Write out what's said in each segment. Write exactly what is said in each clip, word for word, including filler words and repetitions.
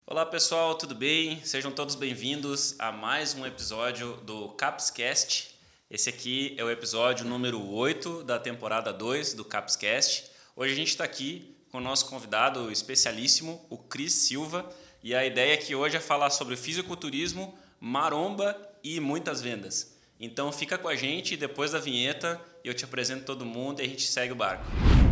Olá pessoal, tudo bem? Sejam todos bem-vindos a mais um episódio do CapsCast. Esse aqui é o episódio número oito da temporada dois do CapsCast. Hoje a gente está aqui com o nosso convidado especialíssimo, o Cris Silva, e a ideia aqui hoje é falar sobre fisiculturismo, maromba e muitas vendas. Então fica com a gente e depois da vinheta eu te apresento todo mundo e a gente segue o barco.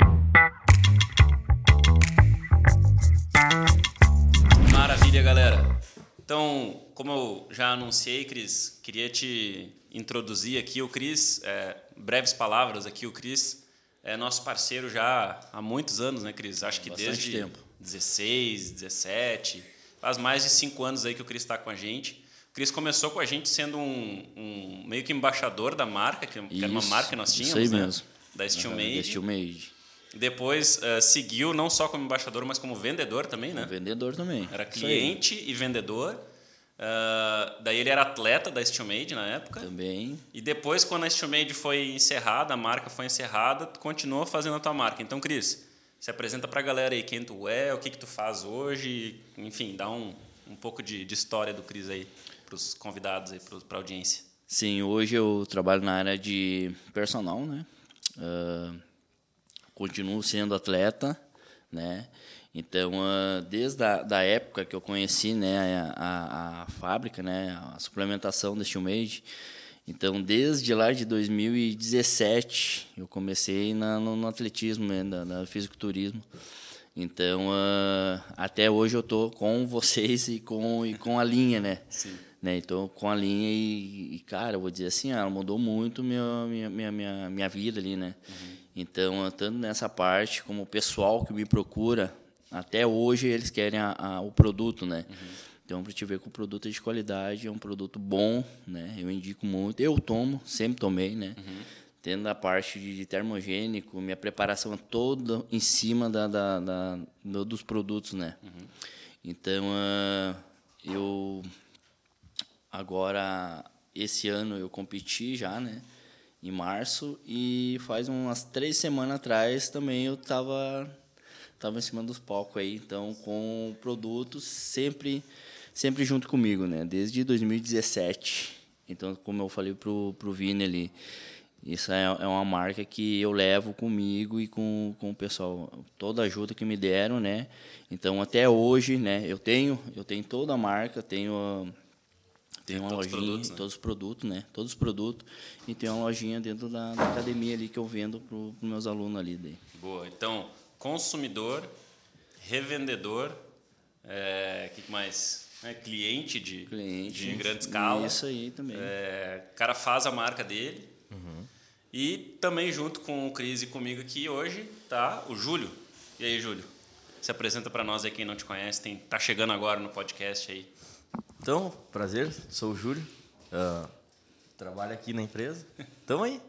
Maravilha, galera. Então, como eu já anunciei, Cris, queria te introduzir aqui. O Cris, é, breves palavras aqui, o Cris é nosso parceiro já há muitos anos, né, Cris? Acho que Bastante desde tempo. dezesseis, dezessete, faz mais de cinco anos aí que o Cris está com a gente. O Cris começou com a gente sendo um, um meio que embaixador da marca, que, que era uma marca que nós tínhamos, isso aí né? mesmo. Da Steel Uhum, Made. da Steel Made. Depois uh, seguiu não só como embaixador, mas como vendedor também, né? Um vendedor também. Era Isso cliente e vendedor. Uh, daí ele era atleta da Steel Made na época. Também. E depois, quando a Steel Made foi encerrada, a marca foi encerrada, tu continuou fazendo a tua marca. Então, Cris, se apresenta pra galera aí quem tu é, o que que tu faz hoje, enfim, dá um, um pouco de, de história do Cris aí pros convidados aí, pro, pra audiência. Sim, hoje eu trabalho na área de personal, né? Uh, continuo sendo atleta, né? Então, uh, desde a da época que eu conheci, né, a, a, a fábrica, né, a suplementação da Steel Made, então, desde lá de dois mil e dezessete, eu comecei na, no, no atletismo, né, no, no fisiculturismo. Então, uh, até hoje eu tô com vocês e com, e com a linha, né? Sim. Né? Então, com a linha e, e, cara, eu vou dizer assim, ela mudou muito minha, minha, minha, minha, minha vida ali, né? Uhum. Então, tanto nessa parte, como o pessoal que me procura, até hoje eles querem a, a, o produto, né? Uhum. Então, para te ver que o produto é de qualidade, é um produto bom, né? Eu indico muito. Eu tomo, sempre tomei, né? Uhum. Tendo a parte de termogênico, minha preparação é toda em cima da, da, da, dos produtos, né? Uhum. Então, uh, eu... Agora, esse ano eu competi já, né? Em março, e faz umas três semanas atrás também eu estava tava em cima dos palcos aí, então com produtos sempre, sempre junto comigo, né? Desde dois mil e dezessete. Então, como eu falei pro, pro Vini ali, isso é, é uma marca que eu levo comigo e com, com o pessoal, toda a ajuda que me deram, né? Então, até hoje, né? Eu tenho, eu tenho toda a marca, tenho... Tem uma lojinha, produtos, né? todos os produtos, né? Todos os produtos. E tem uma lojinha dentro da, da academia ali que eu vendo para os meus alunos ali. Daí. Boa. Então, consumidor, revendedor, é, que mais? É, cliente de, cliente, de grande escala. Isso aí também. É, o cara faz a marca dele. Uhum. E também junto com o Cris e comigo aqui hoje tá o Júlio. E aí, Júlio? Se apresenta para nós aí, quem não te conhece, tem, tá chegando agora no podcast aí. Então, prazer, sou o Júlio, uh, trabalho aqui na empresa, tamo aí.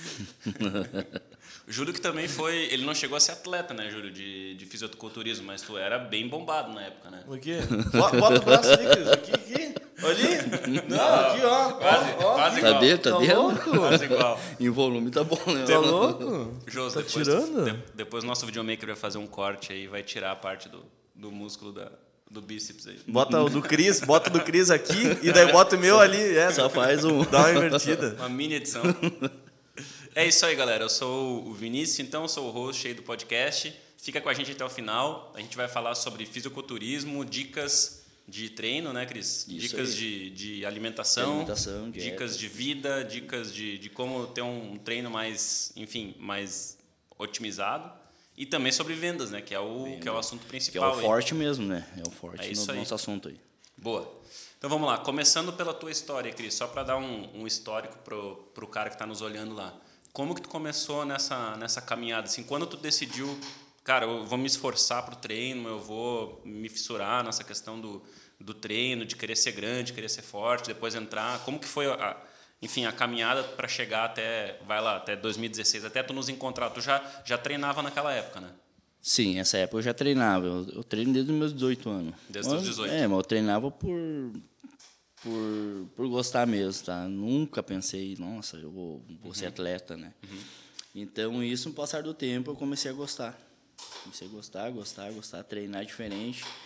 O Júlio que também foi, ele não chegou a ser atleta, né, Júlio, de, de fisiculturismo, mas tu era bem bombado na época, né? O quê? Bota o braço ali, Cris, aqui, aqui, ali, não, aqui, ó, quase, ó, ó, quase tá igual. dentro, tá, tá dentro? Louco? Quase igual. Em volume tá bom, né? Tá louco? Jô, tá depois, tirando? De, depois o nosso videomaker vai fazer um corte aí, vai tirar a parte do, do músculo da... do bíceps aí. Bota o do Cris, bota o do Cris aqui e daí bota o meu ali. É, só faz um... Dá uma invertida. Uma mini edição. É isso aí, galera. Eu sou o Vinícius, então sou o host aí do podcast. Fica com a gente até o final. A gente vai falar sobre fisiculturismo, dicas de treino, né, Cris? Isso dicas aí. de, de alimentação, alimentação dicas de vida, dicas de, de como ter um treino mais, enfim, mais otimizado. E também sobre vendas, né? Que é o, que é o assunto principal. Que é o forte aí. mesmo, né? É o forte é isso no aí. nosso assunto aí. Boa. Então vamos lá. Começando pela tua história, Cris, só para dar um, um histórico pro, pro cara que está nos olhando lá. Como que tu começou nessa, nessa caminhada? Assim, quando tu decidiu, cara, eu vou me esforçar pro treino, eu vou me fissurar nessa questão do, do treino, de querer ser grande, de querer ser forte, depois entrar. Como que foi a... Enfim, a caminhada para chegar até, vai lá, até dois mil e dezesseis, até tu nos encontrar. Tu já, já treinava naquela época, né? Sim, nessa época eu já treinava. Eu, eu treino desde os meus dezoito anos. Desde os dezoito? É, mas eu treinava por, por, por gostar mesmo, tá? Nunca pensei, nossa, eu vou, vou uhum. ser atleta, né? Uhum. Então, isso, no passar do tempo, eu comecei a gostar. Comecei a gostar, gostar, gostar, treinar diferente.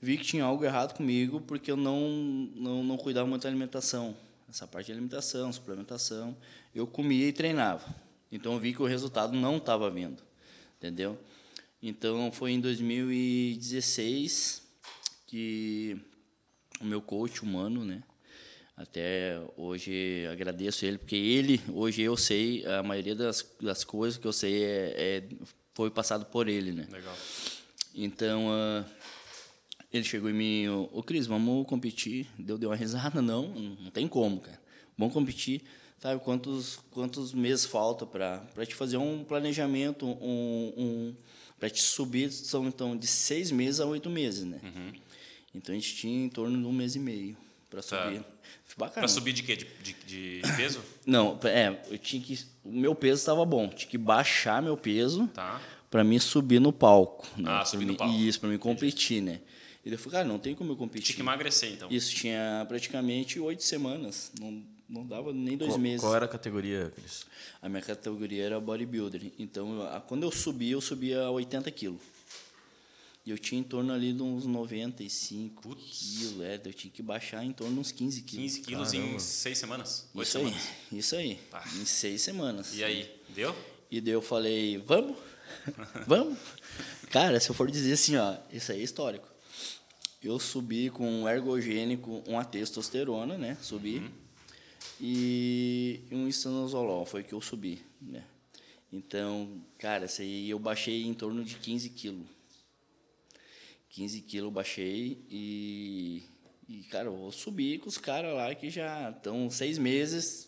vi que tinha algo errado comigo porque eu não, não, não cuidava muito da alimentação. Essa parte de alimentação, suplementação, eu comia e treinava. Então, eu vi que o resultado não estava vindo, entendeu? Então, foi em dois mil e dezesseis que o meu coach humano, né? Até hoje agradeço ele, porque ele, hoje eu sei, a maioria das, das coisas que eu sei é, é, foi passado por ele, né? Legal. Então, uh, ele chegou em mim, ô oh, Cris, vamos competir? Deu, deu uma risada, não, não tem como, cara. Vamos competir, sabe quantos, quantos meses falta para te fazer um planejamento, um, um, para te subir, são então de seis meses a oito meses, né? Uhum. Então, a gente tinha em torno de um mês e meio para subir. Tá. Bacana. Para subir de quê? De, de, de peso? Não, é, eu tinha que, o meu peso estava bom, tinha que baixar meu peso Tá. para mim subir no palco. Né? Ah, subir mim, no palco. Isso, para mim competir, né? E eu falei, cara, não tem como eu competir. Tinha que emagrecer, então. Isso, tinha praticamente oito semanas, não, não dava nem dois Qual, meses. qual era a categoria, Cris? A minha categoria era bodybuilder, então eu, quando eu subia, eu subia a oitenta quilos. E eu tinha em torno ali de uns noventa e cinco quilos, é, eu tinha que baixar em torno de uns quinze quilos. quinze quilos em seis semanas? Oito Isso semanas? aí, isso aí, Pá. em seis semanas. E aí, deu? E daí eu falei, vamos? Vamos? Cara, se eu for dizer assim, ó, isso aí é histórico. Eu subi com um ergogênico, uma testosterona, né? Subi. Uhum. E um estanozolol, foi que eu subi, né? Então, cara, isso aí eu baixei em torno de quinze quilos. quinze quilos eu baixei e, e, cara, eu vou subir com os caras lá que já estão seis meses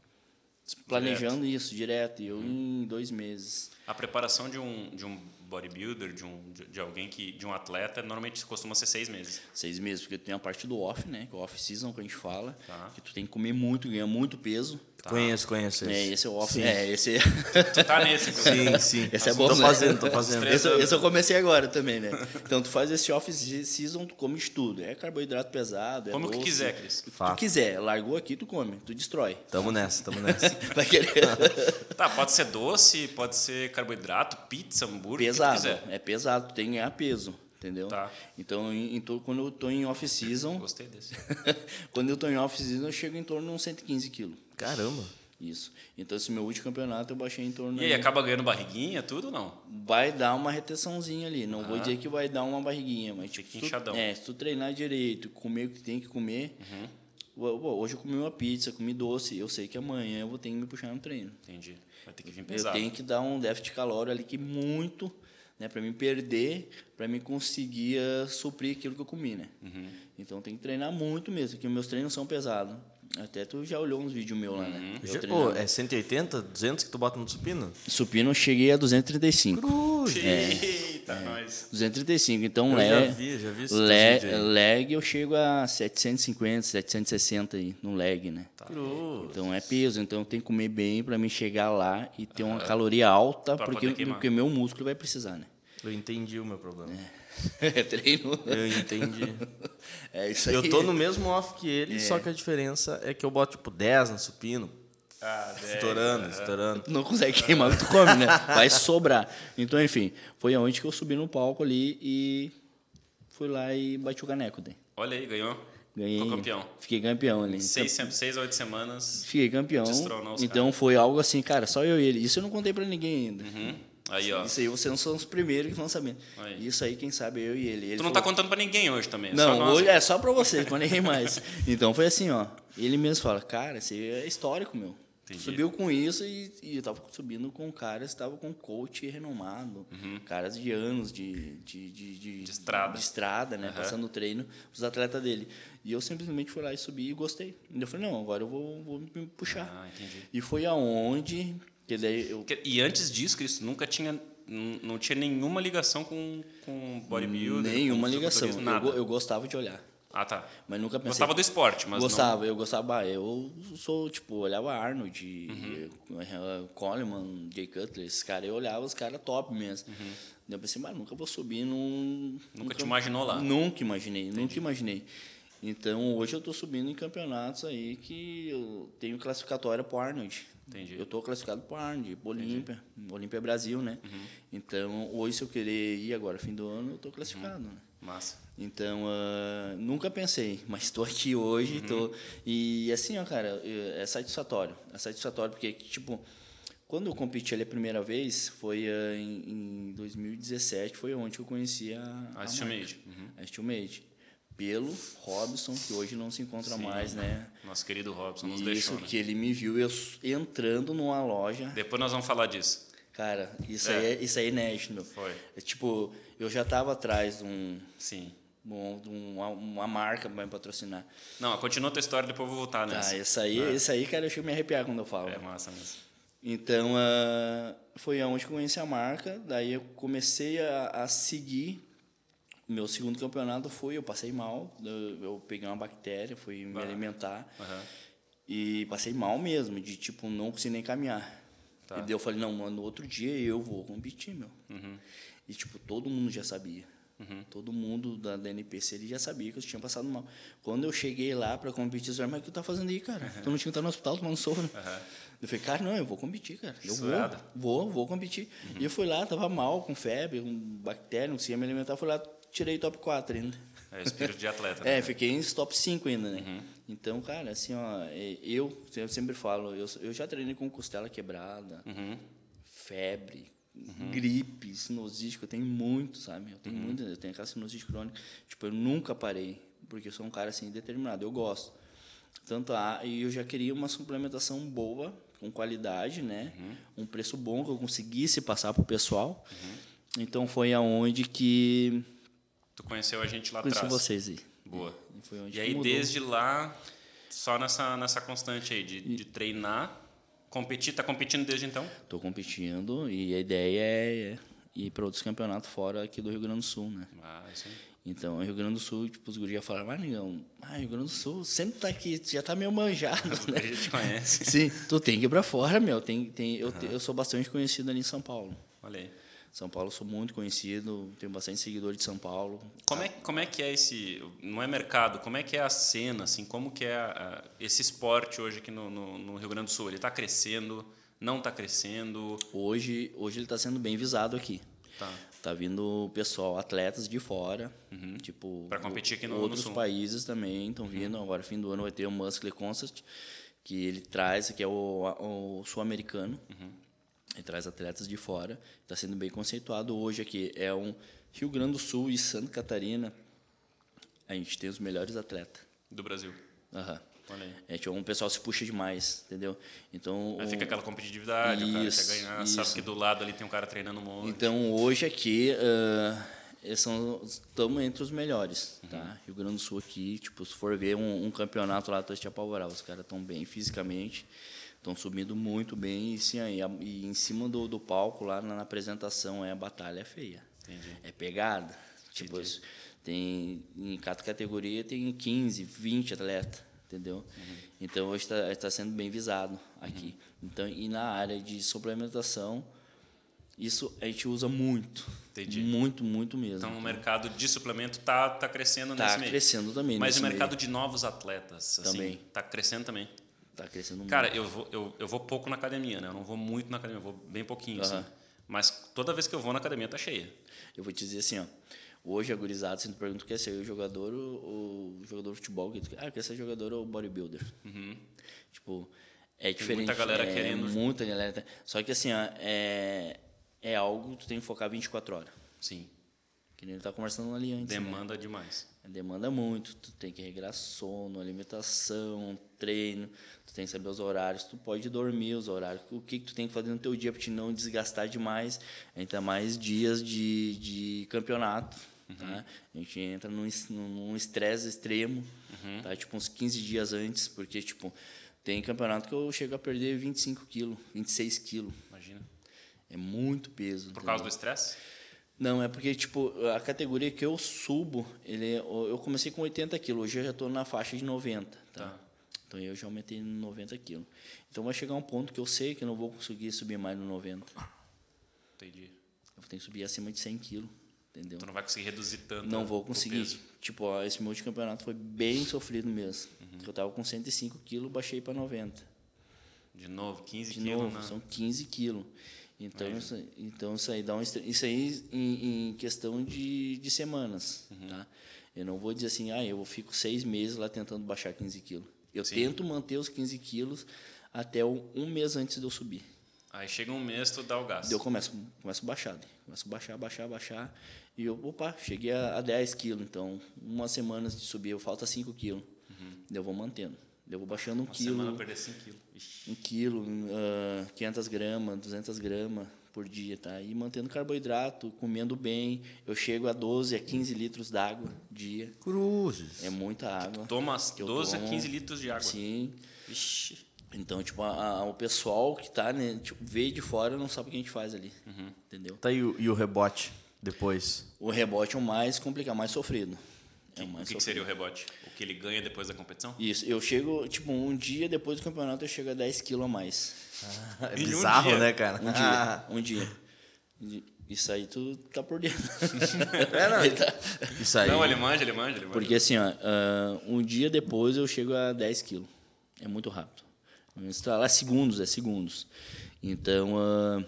planejando direto. Isso direto. E eu hum. em dois meses. A preparação de um, de um bodybuilder, de, um, de, de alguém que, de um atleta, normalmente costuma ser seis meses. Seis meses, porque tem a parte do off, né? Que é o off-season que a gente fala. Tá. Que tu tem que comer muito, ganhar muito peso. Tá. Conheço, conheço esse. É, esse é o off. Sim. É, esse... Tu tá nesse. Sim, sim. Esse é bom, tô né? fazendo, tô fazendo. Esse, esse eu comecei agora também, né? Então, tu faz esse off-season, tu come de tudo. É carboidrato pesado, é Como doce. que quiser, Cris. O que tu quiser. Largou aqui, tu come. Tu destrói. Tamo nessa, tamo nessa. Vai querer... Tá, pode ser doce, pode ser carboidrato, pizza, hambúrguer, Pesado. o que tu quiser. É pesado. Tu tem que ganhar peso. Entendeu? Tá. Então, em, em, quando eu tô em off-season... Gostei desse. Quando eu tô em off-season, eu chego em torno de uns cento e quinze quilos. Caramba. Isso. Então, esse meu último campeonato, eu baixei em torno... E aí, acaba ganhando barriguinha, tudo ou não? Vai dar uma retençãozinha ali. Não Ah. vou dizer que vai dar uma barriguinha, mas... Fica Tipo, inchadão. Tu, é, se tu treinar direito, comer o que tem que comer... Uhum. Hoje eu comi uma pizza, comi doce. Eu sei que amanhã eu vou ter que me puxar no treino. Entendi. Vai ter que vir pesado. Eu tenho que dar um déficit calórico ali que muito... Né, para mim perder, para mim conseguir uh, suprir aquilo que eu comi, né? Uhum. Então tem que treinar muito mesmo, porque meus treinos são pesados. Até tu já olhou uns vídeos meus lá, né? Já, pô, é cento e oitenta, duzentos que tu bota no supino? Supino eu cheguei a duzentos e trinta e cinco. Cruz! É. Eita, é. Nós. duzentos e trinta e cinco. Então, eu leg, já vi, já vi esse leg, leg eu chego a setecentos e cinquenta, setecentos e sessenta aí, no leg, né? Tá. Cruz. Então é peso, então eu tenho que comer bem para mim chegar lá e ter uma caloria alta, porque, porque meu músculo vai precisar, né? Eu entendi o meu problema. É, treino. Eu entendi. É isso aí. Eu tô no mesmo off que ele, é. Só que a diferença é que eu boto tipo dez no supino. Ah, estourando, estourando. Tu não consegue queimar o que tu come, né? Vai sobrar. Então, enfim, foi aonde que eu subi no palco ali e fui lá e bati o caneco. Daí. Olha aí, ganhou. Ganhei. Ficou campeão. Fiquei campeão ali. Seis, seis a oito semanas. Fiquei campeão. Então cara. Foi algo assim, cara, só eu e ele. Isso eu não contei pra ninguém ainda. Uhum. Aí, ó. Isso aí vocês não são os primeiros que vão sabendo. Aí. Isso aí, quem sabe, eu e ele. ele tu não falou, tá contando pra ninguém hoje também? Não, só hoje é só pra vocês, pra ninguém mais. Então foi assim, ó. Ele mesmo fala, cara, isso aí é histórico, meu. Entendi. Subiu com isso e, e eu tava subindo com caras, tava com coach renomado. Uhum. Caras de anos de, de, de, de, de estrada, de estrada né? Uhum. Passando o treino, os atletas dele. E eu simplesmente fui lá e subi e gostei. E eu falei, não, agora eu vou, vou me puxar. Ah, entendi. E foi aonde... Que daí eu... E antes disso, Cristo, nunca tinha... Não tinha nenhuma ligação com, com bodybuilder? Nenhuma com ligação. Nada. Eu, eu gostava de olhar. Ah, tá. Mas nunca pensei... Gostava do esporte, mas Gostava, não... eu gostava. Eu sou, tipo, olhava Arnold, uhum. Coleman, Jay Cutler, esses caras. Eu olhava os caras top mesmo. Uhum. Eu pensei, mas nunca vou subir num... Nunca, nunca te imaginou lá? Nunca imaginei, Entendi. nunca imaginei. Então, hoje eu estou subindo em campeonatos aí que eu tenho classificatória para o Arnold. Entendi. Eu estou classificado para o Arnold, para Olímpia, Olímpia Brasil, né? Uhum. Então, hoje, se eu querer ir agora, fim do ano, eu estou classificado. Uhum. Né? Massa. Então, uh, nunca pensei, mas estou aqui hoje, uhum. tô, e assim, ó, cara, é satisfatório, é satisfatório porque, tipo, quando eu competi ali a primeira vez, foi uh, em, em dois mil e dezessete, foi onde eu conheci a, a, a Steel Made. Uhum. A Steel Made. Pelo Robson, que hoje não se encontra Sim, mais, né? Nosso querido Robson nos Isso, deixou. Isso, né? que ele me viu eu entrando numa loja. Depois nós vamos falar disso. Cara, isso, é. Aí, é, isso aí é inédito, meu. Foi. É, tipo, eu já estava atrás de um... Sim. Um, de uma, uma marca para me patrocinar. Não, continua a tua história, depois eu vou voltar nessa. Ah, isso aí, é. isso aí, cara, eu chego a me arrepiar quando eu falo. É massa mesmo. Então, uh, foi aonde eu conheci a marca, daí eu comecei a, a seguir. Meu segundo campeonato foi, eu passei mal, eu, eu peguei uma bactéria, fui me ah. alimentar, uhum. e passei mal mesmo, de tipo, não consegui nem caminhar. Tá. E daí eu falei, não, mano, no outro dia eu vou competir, meu. Uhum. E tipo, todo mundo já sabia. Uhum. Todo mundo da, da N P C ele já sabia que eu tinha passado mal. Quando eu cheguei lá para competir, eu falei, mas o que tu tá fazendo aí, cara? Uhum. Tu não tinha que estar no hospital tomando soro. Uhum. Eu falei, cara, não, eu vou competir, cara. Eu vou, vou, vou competir. Uhum. E eu fui lá, tava mal, com febre, com bactéria, não conseguia me alimentar, fui lá, tirei top quatro ainda. É espírito de atleta, né? É, fiquei em top cinco ainda, né? Uhum. Então, cara, assim, ó, eu, eu sempre falo, eu, eu já treinei com costela quebrada, uhum. febre, uhum. gripe, sinusite, eu tenho muito, sabe? Eu tenho uhum. muito, eu tenho aquela sinusite crônica. Tipo, eu nunca parei, porque eu sou um cara, assim, determinado, eu gosto. Tanto a, e eu já queria uma suplementação boa, com qualidade, né? Uhum. Um preço bom, que eu conseguisse passar pro pessoal. Uhum. Então, foi aonde que... Tu conheceu a gente lá Conheci atrás. vocês aí. Boa. E, foi onde e aí, mudou. Desde lá, só nessa, nessa constante aí, de, e... de treinar, competir. Tá competindo desde então? Tô competindo e a ideia é ir para outros campeonatos fora aqui do Rio Grande do Sul, né? Ah, isso aí. Então, Rio Grande do Sul, tipo, os guris já falaram, ah, negão, ah, Rio Grande do Sul sempre tá aqui, já tá meio manjado, os né? A gente conhece. Sim, tu tem que ir para fora, meu. Tem, tem, uhum. eu, eu sou bastante conhecido ali em São Paulo. Olha aí. São Paulo eu sou muito conhecido, tenho bastante seguidor de São Paulo. Como é, como é que é esse, não é mercado, como é que é a cena, assim, como que é a, a, esse esporte hoje aqui no, no, no Rio Grande do Sul? Ele está crescendo, não está crescendo? Hoje, hoje ele está sendo bem visado aqui. Tá. Tá vindo pessoal, atletas de fora, uhum. tipo... Para competir aqui no Outros no Sul. países também estão vindo, uhum. agora fim do ano vai ter o Muscle Concert, que ele traz, que é o, o sul-americano. Uhum. Ele traz atletas de fora, está sendo bem conceituado hoje aqui. É um Rio Grande do Sul e Santa Catarina, a gente tem os melhores atletas. Do Brasil. Aham. Olha aí. É, tipo, um pessoal se puxa demais, entendeu? Então, aí fica aquela competitividade, isso, o cara quer ganhar, isso. Sabe que do lado ali tem um cara treinando um monte. Então, hoje aqui, uh, são, estamos entre os melhores, tá? Uhum. Rio Grande do Sul aqui, tipo, se for ver um, um campeonato lá, tu te apavorar, os caras estão bem fisicamente, estão subindo muito bem e, sim, aí, e em cima do, do palco lá na, na apresentação é a batalha feia. Entendi. É pegada. Tipo, tem, em cada categoria tem quinze, vinte atletas, entendeu? Uhum. Então hoje está tá sendo bem visado aqui. Uhum. Então, e na área de suplementação, isso a gente usa muito. Entendi. Muito, muito mesmo. Então o mercado de suplemento está tá crescendo tá nesse meio. Está crescendo também. Mas nesse o mercado meio. de novos atletas também está crescendo também. Tá crescendo muito. Cara, eu vou, eu, eu vou pouco na academia, né? Eu não vou muito na academia, eu vou bem pouquinho, uhum. assim. Mas toda vez que eu vou na academia, tá cheia. Eu vou te dizer assim, ó. Hoje, a gurizada, se tu pergunta o que é ser o jogador ou o jogador de futebol, que tu, ah, quer ser jogador ou bodybuilder. Uhum. Tipo, é diferente. Tem muita galera é, querendo. Muita galera. Só que assim, ó, é, é algo que tu tem que focar vinte e quatro horas. Sim. Que nem ele tá conversando ali antes. Demanda né? demais. Demanda muito. Tu tem que regrar sono, alimentação, treino. Tu tem que saber os horários. Tu pode dormir os horários. O que, que tu tem que fazer no teu dia para te não desgastar demais. Ainda mais dias de, de campeonato. Uhum. Tá? A gente entra num, num estresse extremo. Uhum. Tá? Tipo uns quinze dias antes. Porque tipo, tem campeonato que eu chego a perder vinte e cinco quilos, vinte e seis quilos. Imagina. É muito peso. Por entendeu? causa do estresse? Não, é porque, tipo, a categoria que eu subo, ele, eu comecei com oitenta quilos, hoje eu já estou na faixa de noventa, tá? Tá. Então eu já aumentei no noventa quilos. Então vai chegar um ponto que eu sei que eu não vou conseguir subir mais no noventa. Entendi. Eu tenho que subir acima de cem quilos, entendeu? Tu não vai conseguir reduzir tanto. Não vou conseguir. Tipo, ó, esse meu último campeonato foi bem sofrido mesmo. Uhum. Eu estava com cento e cinco quilos, baixei para noventa. De novo, quinze de quilos? Novo, na... São quinze quilos. Então, é. isso, então isso aí dá um isso aí em, em questão de, de semanas, uhum. tá? Eu não vou dizer assim, ah, eu fico seis meses lá tentando baixar quinze quilos. Eu Sim. tento manter os quinze quilos até um mês antes de eu subir. Aí chega um mês, tu dá o gás. Eu começo, começo a baixar, né? Começo a baixar, baixar, baixar. E eu, opa, cheguei a, a dez quilos. Então, uma semana de subir, eu falta cinco quilos. Uhum. Eu vou mantendo. Eu vou baixando um uma quilo. Uma semana perder cinco quilos. Um quilo, uh, quinhentas gramas, duzentas gramas por dia, tá? E mantendo carboidrato, comendo bem. Eu chego a doze a quinze litros d'água dia. Cruzes. É muita água. Tu toma doze a quinze litros de água. Sim. Ixi. Então, tipo, a, a, o pessoal que tá, né, tipo, veio de fora não sabe o que a gente faz ali. Uhum. Entendeu? Tá, e o, e o rebote depois? O rebote é o mais complicado, mais sofrido. É o mais que, que seria o rebote? O que ele ganha depois da competição? Isso. Eu chego, tipo, um dia depois do campeonato, eu chego a dez quilos a mais. Ah, é bizarro, um né, cara? Um dia. Um dia. Isso aí tu tá por dentro. É, não. tá... Isso aí. Não, ele manja, ele manja, ele manja. Porque assim, ó, uh, um dia depois eu chego a dez quilos. É muito rápido. Lá segundos, é segundos. Então, uh,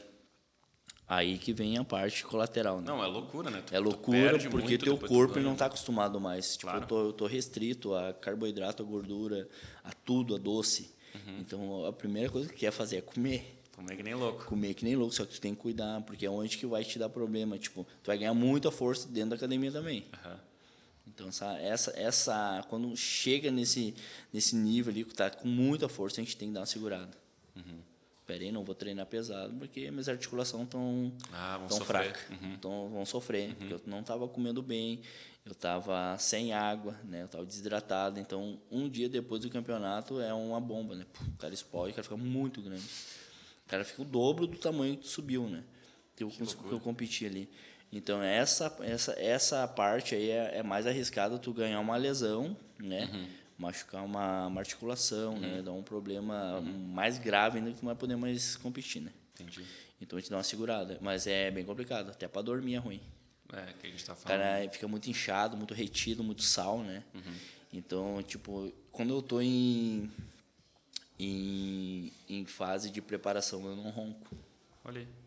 aí que vem a parte colateral. Né? Não, é loucura, né? Tu, é loucura porque teu corpo tu ele não está acostumado mais. Tipo, claro. eu, tô, eu tô restrito a carboidrato, a gordura, a tudo, a doce. Uhum. Então, a primeira coisa que quer fazer é comer. Comer que nem louco. Comer que nem louco, só que tu tem que cuidar, porque é onde que vai te dar problema. Tipo, tu vai ganhar muita força dentro da academia também. Uhum. Então, essa, essa, essa, quando chega nesse, nesse nível ali, que tá com muita força, a gente tem que dar uma segurada. Uhum. Pera aí, não vou treinar pesado, porque minhas articulações estão ah, tão fracas. Uhum. Então, vão sofrer, uhum. porque eu não estava comendo bem, eu estava sem água, né? Eu estava desidratado. Então, um dia depois do campeonato é uma bomba, né? O cara explode, o cara fica muito grande. O cara fica o dobro do tamanho que tu subiu, né? Que eu, que eu competi ali. Então, essa, essa, essa parte aí é, é mais arriscada tu ganhar uma lesão, né? Uhum. Machucar uma, uma articulação, uhum. né? Dar um problema uhum. mais grave ainda que tu não vai poder mais competir, né? Entendi. Então, a gente dá uma segurada. Mas é bem complicado. Até para dormir é ruim. É, que a gente tá falando. O cara fica muito inchado, muito retido, muito sal, né? Uhum. Então, tipo, quando eu tô em, em, em fase de preparação, eu não ronco. Olha aí.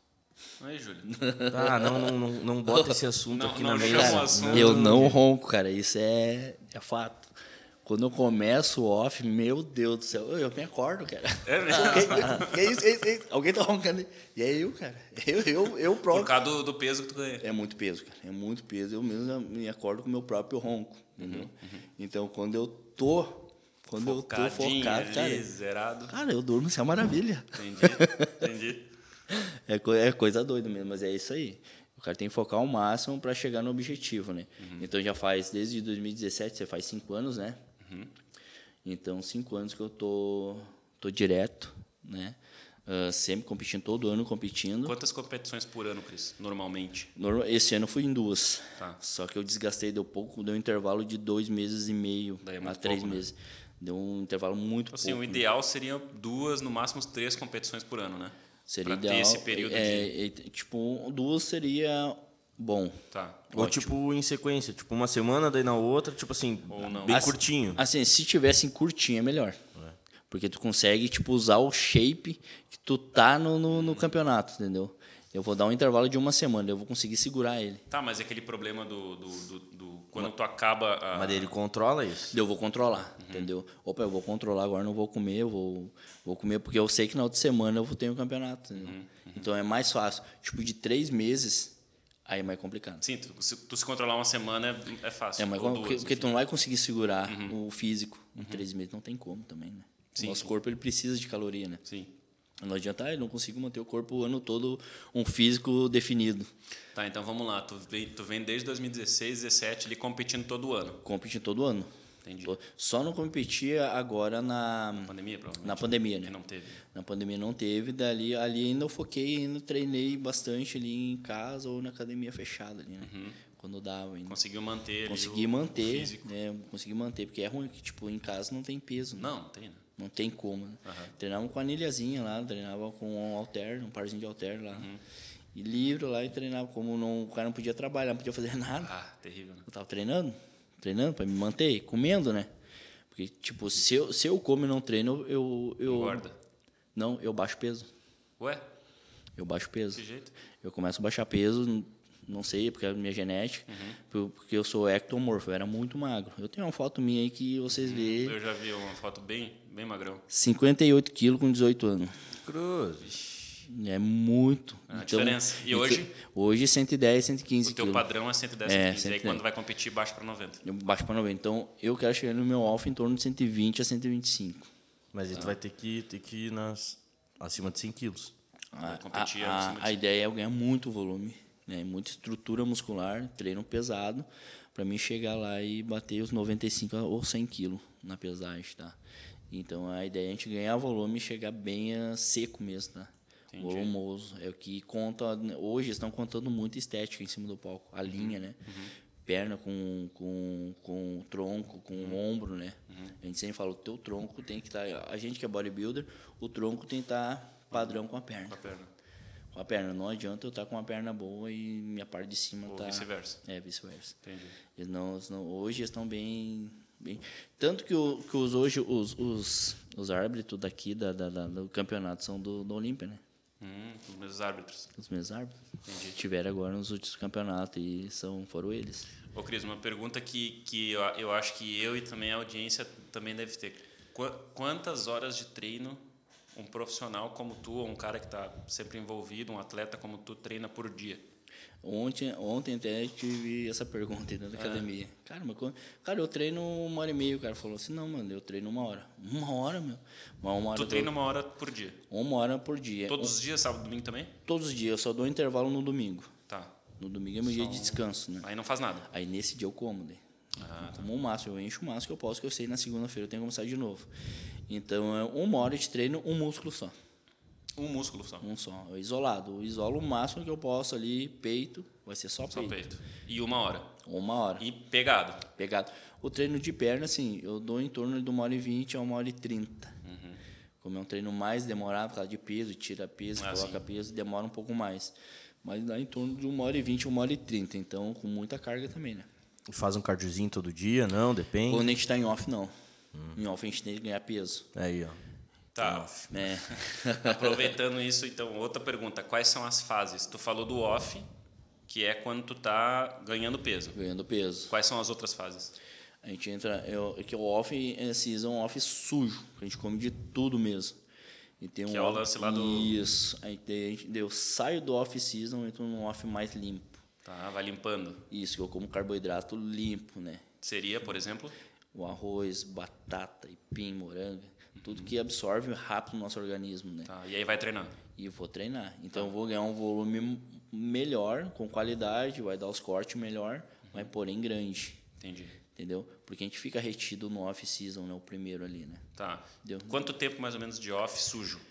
Aí, Júlio. Ah, não, não, não, não bota esse assunto não, aqui não na mesa. Assunto. Eu não ronco, cara. Isso é, é fato. Quando eu começo o off, meu Deus do céu, eu me acordo, cara. É mesmo? que, que é isso, que é isso, que é isso? Alguém tá roncando. E é eu, cara. Eu, eu, eu próprio. Por causa do, do peso que tu ganha. É muito peso, cara. É muito peso. Eu mesmo me acordo com o meu próprio ronco, entendeu? Uhum, uhum. Então, quando eu tô... Quando eu tô focado, cara... zerado. Cara, eu durmo, isso é uma maravilha. Entendi, entendi. É, co é coisa doida mesmo, mas é isso aí. O cara tem que focar ao máximo para chegar no objetivo, né? Uhum. Então, já faz, desde dois mil e dezessete, você faz cinco anos, né? Uhum. Então, cinco anos que eu tô, tô direto, né? Uh, sempre competindo, todo ano competindo. Quantas competições por ano, Cris, normalmente? Esse ano eu fui em duas. Tá. Só que eu desgastei, deu pouco, deu um intervalo de dois meses e meio Daí é a três pouco, meses. Né? Deu um intervalo muito assim, pouco. O ideal né? seria duas, no máximo três competições por ano, né? Seria pra ideal. Ter esse período é, de... é, tipo, duas seria bom. Tá. Ou ótimo. Tipo em sequência, tipo uma semana, daí na outra, tipo assim, Ou não. bem assim, curtinho. Assim, se tivesse em curtinho é melhor. É. Porque tu consegue, tipo, usar o shape que tu tá no, no, no campeonato, entendeu? Eu vou dar um intervalo de uma semana, eu vou conseguir segurar ele. Tá, mas é aquele problema do... do, do, do quando mas, tu acaba... A... Mas ele controla isso? Eu vou controlar, uhum. entendeu? Opa, eu vou controlar, agora não vou comer, eu vou, vou comer porque eu sei que na outra semana eu vou ter um campeonato. Uhum. Uhum. Então é mais fácil. Tipo, de três meses, aí é mais complicado. Sim, tu se, tu se controlar uma semana é, é fácil. É mais complicado, porque, porque tu não vai conseguir segurar uhum. o físico em uhum. três meses. Não tem como também, né? Sim, o nosso sim. corpo ele precisa de caloria, né? Sim. Não adianta, ah, eu não consigo manter o corpo o ano todo um físico definido. Tá, então vamos lá. Tu vem, tu vem desde dois mil e dezesseis, dezessete ali competindo todo ano. Competindo todo ano. Entendi. Só não competia agora na... Na pandemia, provavelmente. Na pandemia, né? Que não teve. Na pandemia não teve. Dali, ali ainda eu foquei, ainda treinei bastante ali em casa ou na academia fechada ali, né? Uhum. Quando dava ainda. Conseguiu manter Consegui ali o, manter, o físico. né? Consegui manter, porque é ruim que, tipo, em casa não tem peso. Né? Não, não tem, né? Não tem como. Né? Uhum. Treinava com anilhazinha lá, treinava com um halter, um parzinho de halter lá. Uhum. E livre lá e treinava. Como não, o cara não podia trabalhar, não podia fazer nada. Ah, terrível, né? Eu tava treinando, treinando para me manter, comendo, né? Porque, tipo, se eu, se eu como e não treino, eu... eu Engorda. Não, eu baixo peso. Ué? Eu baixo peso. Que jeito? Eu começo a baixar peso, não sei, porque é a minha genética, uhum. porque eu sou ectomorfo, eu era muito magro. Eu tenho uma foto minha aí que vocês vêem. Eu já vi uma foto bem, bem magrão. cinquenta e oito quilos com dezoito anos. Cruz. É muito. É a então, diferença. E hoje? Hoje cento e dez, cento e quinze O teu quilos. padrão é cento e dez, É, cento e quinze. cento e dez. E aí quando vai competir, baixa para noventa. Eu baixo para noventa. Então, eu quero chegar no meu alfa em torno de cento e vinte a cento e vinte e cinco. Mas aí tu vai ter que, ter que ir nas, acima de cem quilos. A, competir a, acima de a, a ideia é eu ganhar muito volume, né? Muita estrutura muscular, treino pesado, para mim chegar lá e bater os noventa e cinco ou cem quilos na pesagem, tá? Então, a ideia é a gente ganhar volume e chegar bem uh, seco mesmo, tá? Entendi. Volumoso. É o que conta. Hoje estão contando muito estética em cima do palco. A linha, né? Uhum. Perna com, com, com tronco, com uhum. ombro, né? Uhum. A gente sempre fala, o teu tronco tem que estar... Tá, a gente que é bodybuilder, o tronco tem que estar tá padrão com a perna. Com a perna. Com a perna. Não adianta eu estar tá com uma perna boa e minha parte de cima Ou tá... vice-versa. É, vice-versa. Entendi. Eles não, eles não, hoje estão bem... Bem, tanto que, o, que os, hoje os, os, os árbitros daqui da, da, da, do campeonato são do, do Olímpia, né? Hum, os mesmos árbitros. Os mesmos árbitros. Entendi. Tiveram agora nos últimos campeonatos e são, foram eles. Ô, Cris, uma pergunta que, que eu, eu acho que eu e também a audiência também deve ter. Qu- quantas horas de treino um profissional como tu, ou um cara que está sempre envolvido, um atleta como tu, treina por dia? Ontem, ontem até tive essa pergunta dentro da é. academia. Cara, mas, cara, eu treino uma hora e meia. O cara falou assim, não, mano, eu treino uma hora. Uma hora, meu. Uma, uma hora tu treina uma hora por dia? Uma hora por dia. Todos um, os dias, sábado e domingo também? Todos os dias, eu só dou intervalo no domingo. Tá. No domingo é meu só dia de descanso, né? Aí não faz nada? Aí nesse dia eu como, né? Ah, eu como o máximo, eu encho o máximo que eu posso, que eu sei na segunda-feira eu tenho que começar de novo. Então, é uma hora de treino, um músculo só. Um músculo só? Um só, isolado. Eu isolo o máximo que eu posso ali, peito, vai ser só, só peito. peito. E uma hora? Uma hora. E pegado? Pegado. O treino de perna, assim, eu dou em torno de uma hora e vinte a uma hora e trinta. Uhum. Como é um treino mais demorado, por causa de peso, tira peso, ah, coloca sim. peso, demora um pouco mais. Mas dá em torno de uma hora e vinte, uma hora e trinta. Então, com muita carga também, né? Faz um cardiozinho todo dia? Não, depende. Quando a gente está em off, não. Hum. Em off a gente tem que ganhar peso. Aí, ó. Tá. É. Aproveitando isso, então, outra pergunta. Quais são as fases? Tu falou do off, que é quando tu tá ganhando peso. Ganhando peso. Quais são as outras fases? A gente entra... É que o off é season off sujo. A gente come de tudo mesmo. E tem um que é o lance lá do... Isso. Aí tem, eu saio do off-season e entro num off mais limpo. Tá, vai limpando. Isso, que eu como carboidrato limpo, né? Seria, por exemplo? O arroz, batata, aipim, morango. Tudo que absorve rápido no nosso organismo, né? Tá, e aí vai treinar? E eu vou treinar. Então, tá. eu vou ganhar um volume melhor, com qualidade, vai dar os cortes melhor, uhum. mas porém grande. Entendi. Entendeu? Porque a gente fica retido no off-season, né? O primeiro ali, né? Tá. Entendeu? Quanto tempo, mais ou menos, de off sujo?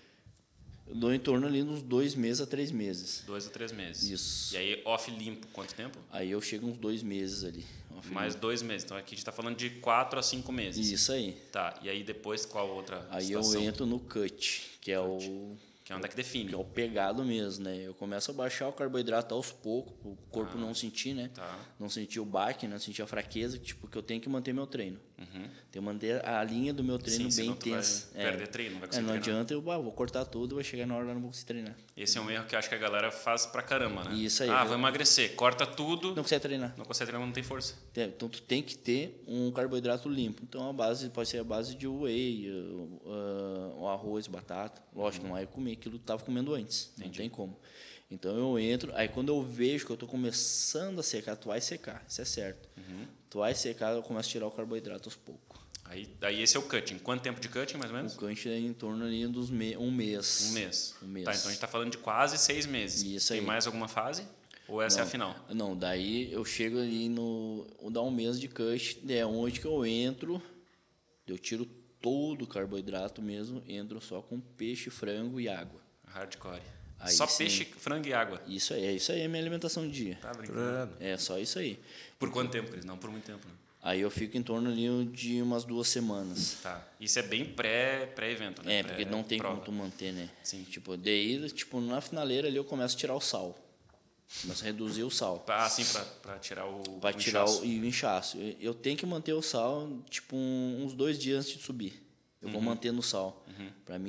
Eu dou em torno ali uns dois meses a três meses. Dois a três meses. Isso. E aí, off limpo, quanto tempo? Aí eu chego uns dois meses ali. Mais limpo. Dois meses. Então, aqui a gente está falando de quatro a cinco meses. Isso aí. Tá. E aí, depois, qual outra Aí situação? eu entro no cut, que é cut. o... Que é onde é que define. Que é o pegado mesmo, né? Eu começo a baixar o carboidrato aos poucos, o corpo ah, não sentir, né? Tá. Não sentir o baque, não sentir a fraqueza, tipo, que eu tenho que manter meu treino. Uhum. Tenho que manter a linha do meu treino Sim, bem intensa. Tu vai perder é, treino, não vai conseguir é, não treinar. adianta eu ah, vou cortar tudo, vai chegar na hora e não vou conseguir treinar. Esse é um erro que eu acho que a galera faz pra caramba, né? Isso aí. Ah, eu... vou emagrecer, corta tudo. Não consegue treinar. Não consegue treinar, não tem força. Então, tu tem que ter um carboidrato limpo. Então, a base pode ser a base de whey, uh, uh, o arroz, batata. Lógico, uhum. não é comer aquilo que tu estava comendo antes. Entendi. Não tem como. Então, eu entro... Aí, quando eu vejo que eu estou começando a secar, tu vai secar. Isso é certo. Uhum. Tu vai secar, eu começo a tirar o carboidrato aos poucos. Aí, aí esse é o cutting. Quanto tempo de cutting, mais ou menos? O cutting é em torno ali dos me um mês. Um mês. Um mês. Tá, então a gente está falando de quase seis meses. Isso tem aí. mais alguma fase? Ou essa não, é a final? Não, daí eu chego ali no... Dá um mês de cut, é onde que eu entro, eu tiro todo o carboidrato mesmo, entro só com peixe, frango e água. Hardcore. Aí, só sim. peixe, frango e água? Isso aí, é isso aí é a minha alimentação do dia. Tá brincando. É só isso aí. Por quanto tempo, Cris? Não, por muito tempo, né? Aí eu fico em torno ali de umas duas semanas. Tá. Isso é bem pré, pré-evento, né? É, porque não tem prova. como tu manter, né? Sim. Tipo, daí, tipo, na finaleira ali eu começo a tirar o sal. Começo a reduzir o sal. Ah, sim, pra, pra tirar o Pra o tirar inchaço. o, e o inchaço. Eu, eu tenho que manter o sal, tipo, um, uns dois dias antes de subir. Eu uhum. vou mantendo o sal. Uhum. Pra mim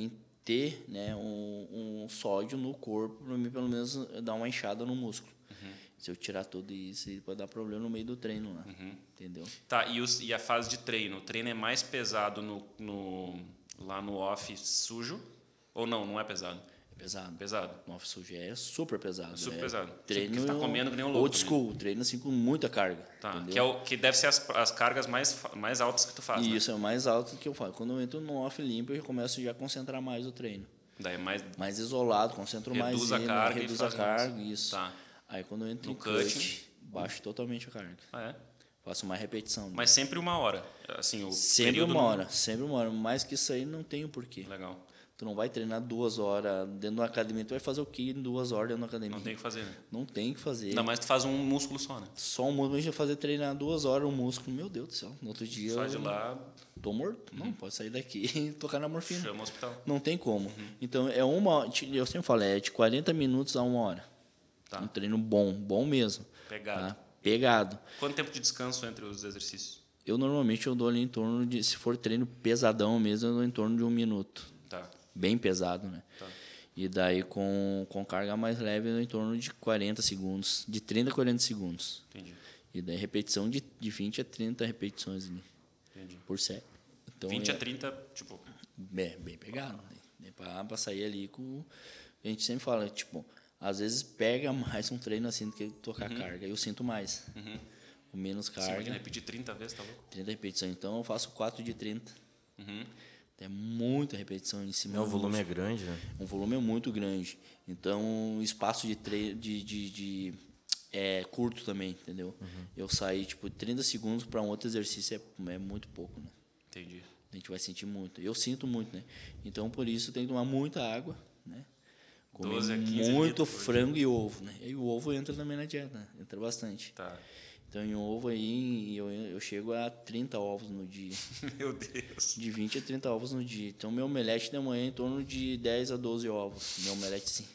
ter, né, um, um sódio no corpo, para mim, pelo menos, dar uma inchada no músculo. Uhum. Se eu tirar tudo isso, pode dar problema no meio do treino lá. Uhum. Entendeu? Tá, e, os, e a fase de treino? O treino é mais pesado no, no, lá no off sujo? Ou não, não é pesado? É pesado. Pesado. No off sujo é super pesado. Super é pesado. Treino Tipo, que tá comendo que nem um louco. Old school, treino assim com muita carga. Tá, entendeu? que, é o, que deve ser as, as cargas mais, mais altas que tu faz, E isso né? é o mais alto que eu faço. Quando eu entro no off limpo, eu já começo já a concentrar mais o treino. Daí é mais... Mais isolado, concentro reduz mais a ele, carga reduz e a faz carga, mais. isso. Tá. Aí quando eu entro No em cut, cut, baixo totalmente a carga. Ah, é? Faço mais repetição. Né? Mas sempre uma hora. Assim, o sempre período uma não- hora, sempre uma hora. Mais que isso aí não tem o porquê. Legal. Tu não vai treinar duas horas dentro de uma academia. Tu vai fazer o que em duas horas dentro da academia? Não tem o que fazer, né? Não tem o que fazer. Ainda mais que tu faz um músculo só, né? Só um músculo, a gente vai fazer treinar duas horas o músculo. Meu Deus do céu. No outro dia Sai de eu lá, tô morto. Não, pode sair daqui e tocar na morfina. chama o hospital. Não tem como. Então, é uma... Eu sempre falo, é de quarenta minutos a uma hora. Tá. Um treino bom, bom mesmo. Pegado. Tá? Pegado. Quanto tempo de descanso entre os exercícios? Eu normalmente eu dou ali em torno de, se for treino pesadão mesmo, eu dou em torno de um minuto. Tá. Bem pesado, né? Tá. E daí com, com carga mais leve, eu dou em torno de quarenta segundos. De trinta a quarenta segundos. Entendi. E daí repetição de, de vinte a trinta repetições ali, Entendi. por série. Então, vinte é, a trinta, tipo... É, bem pegado. Né? É pra, pra sair ali com... A gente sempre fala, tipo, às vezes pega mais um treino assim do que tocar carga. Eu sinto mais. Uhum. Com menos Você imagina carga. repetir trinta vezes, tá louco? trinta repetições. Então eu faço quatro de trinta. Uhum. É muita repetição em cima. É, o do volume é músculo. grande, né? O volume é muito grande. Então, o espaço de treino de, de, de, é curto também, entendeu? Uhum. Eu sair, tipo, trinta segundos para um outro exercício é, é muito pouco, né? Entendi. A gente vai sentir muito. Eu sinto muito, né? Então, por isso, tem que tomar muita água, né? Comer doze a quinze muito litros por frango e ovo, né? E o ovo entra também na dieta, né? Entra bastante. Tá. Então, em ovo aí, eu, eu chego a trinta ovos no dia. Meu Deus. De vinte a trinta ovos no dia. Então, meu omelete de manhã é em torno de dez a doze ovos. Meu omelete, sim.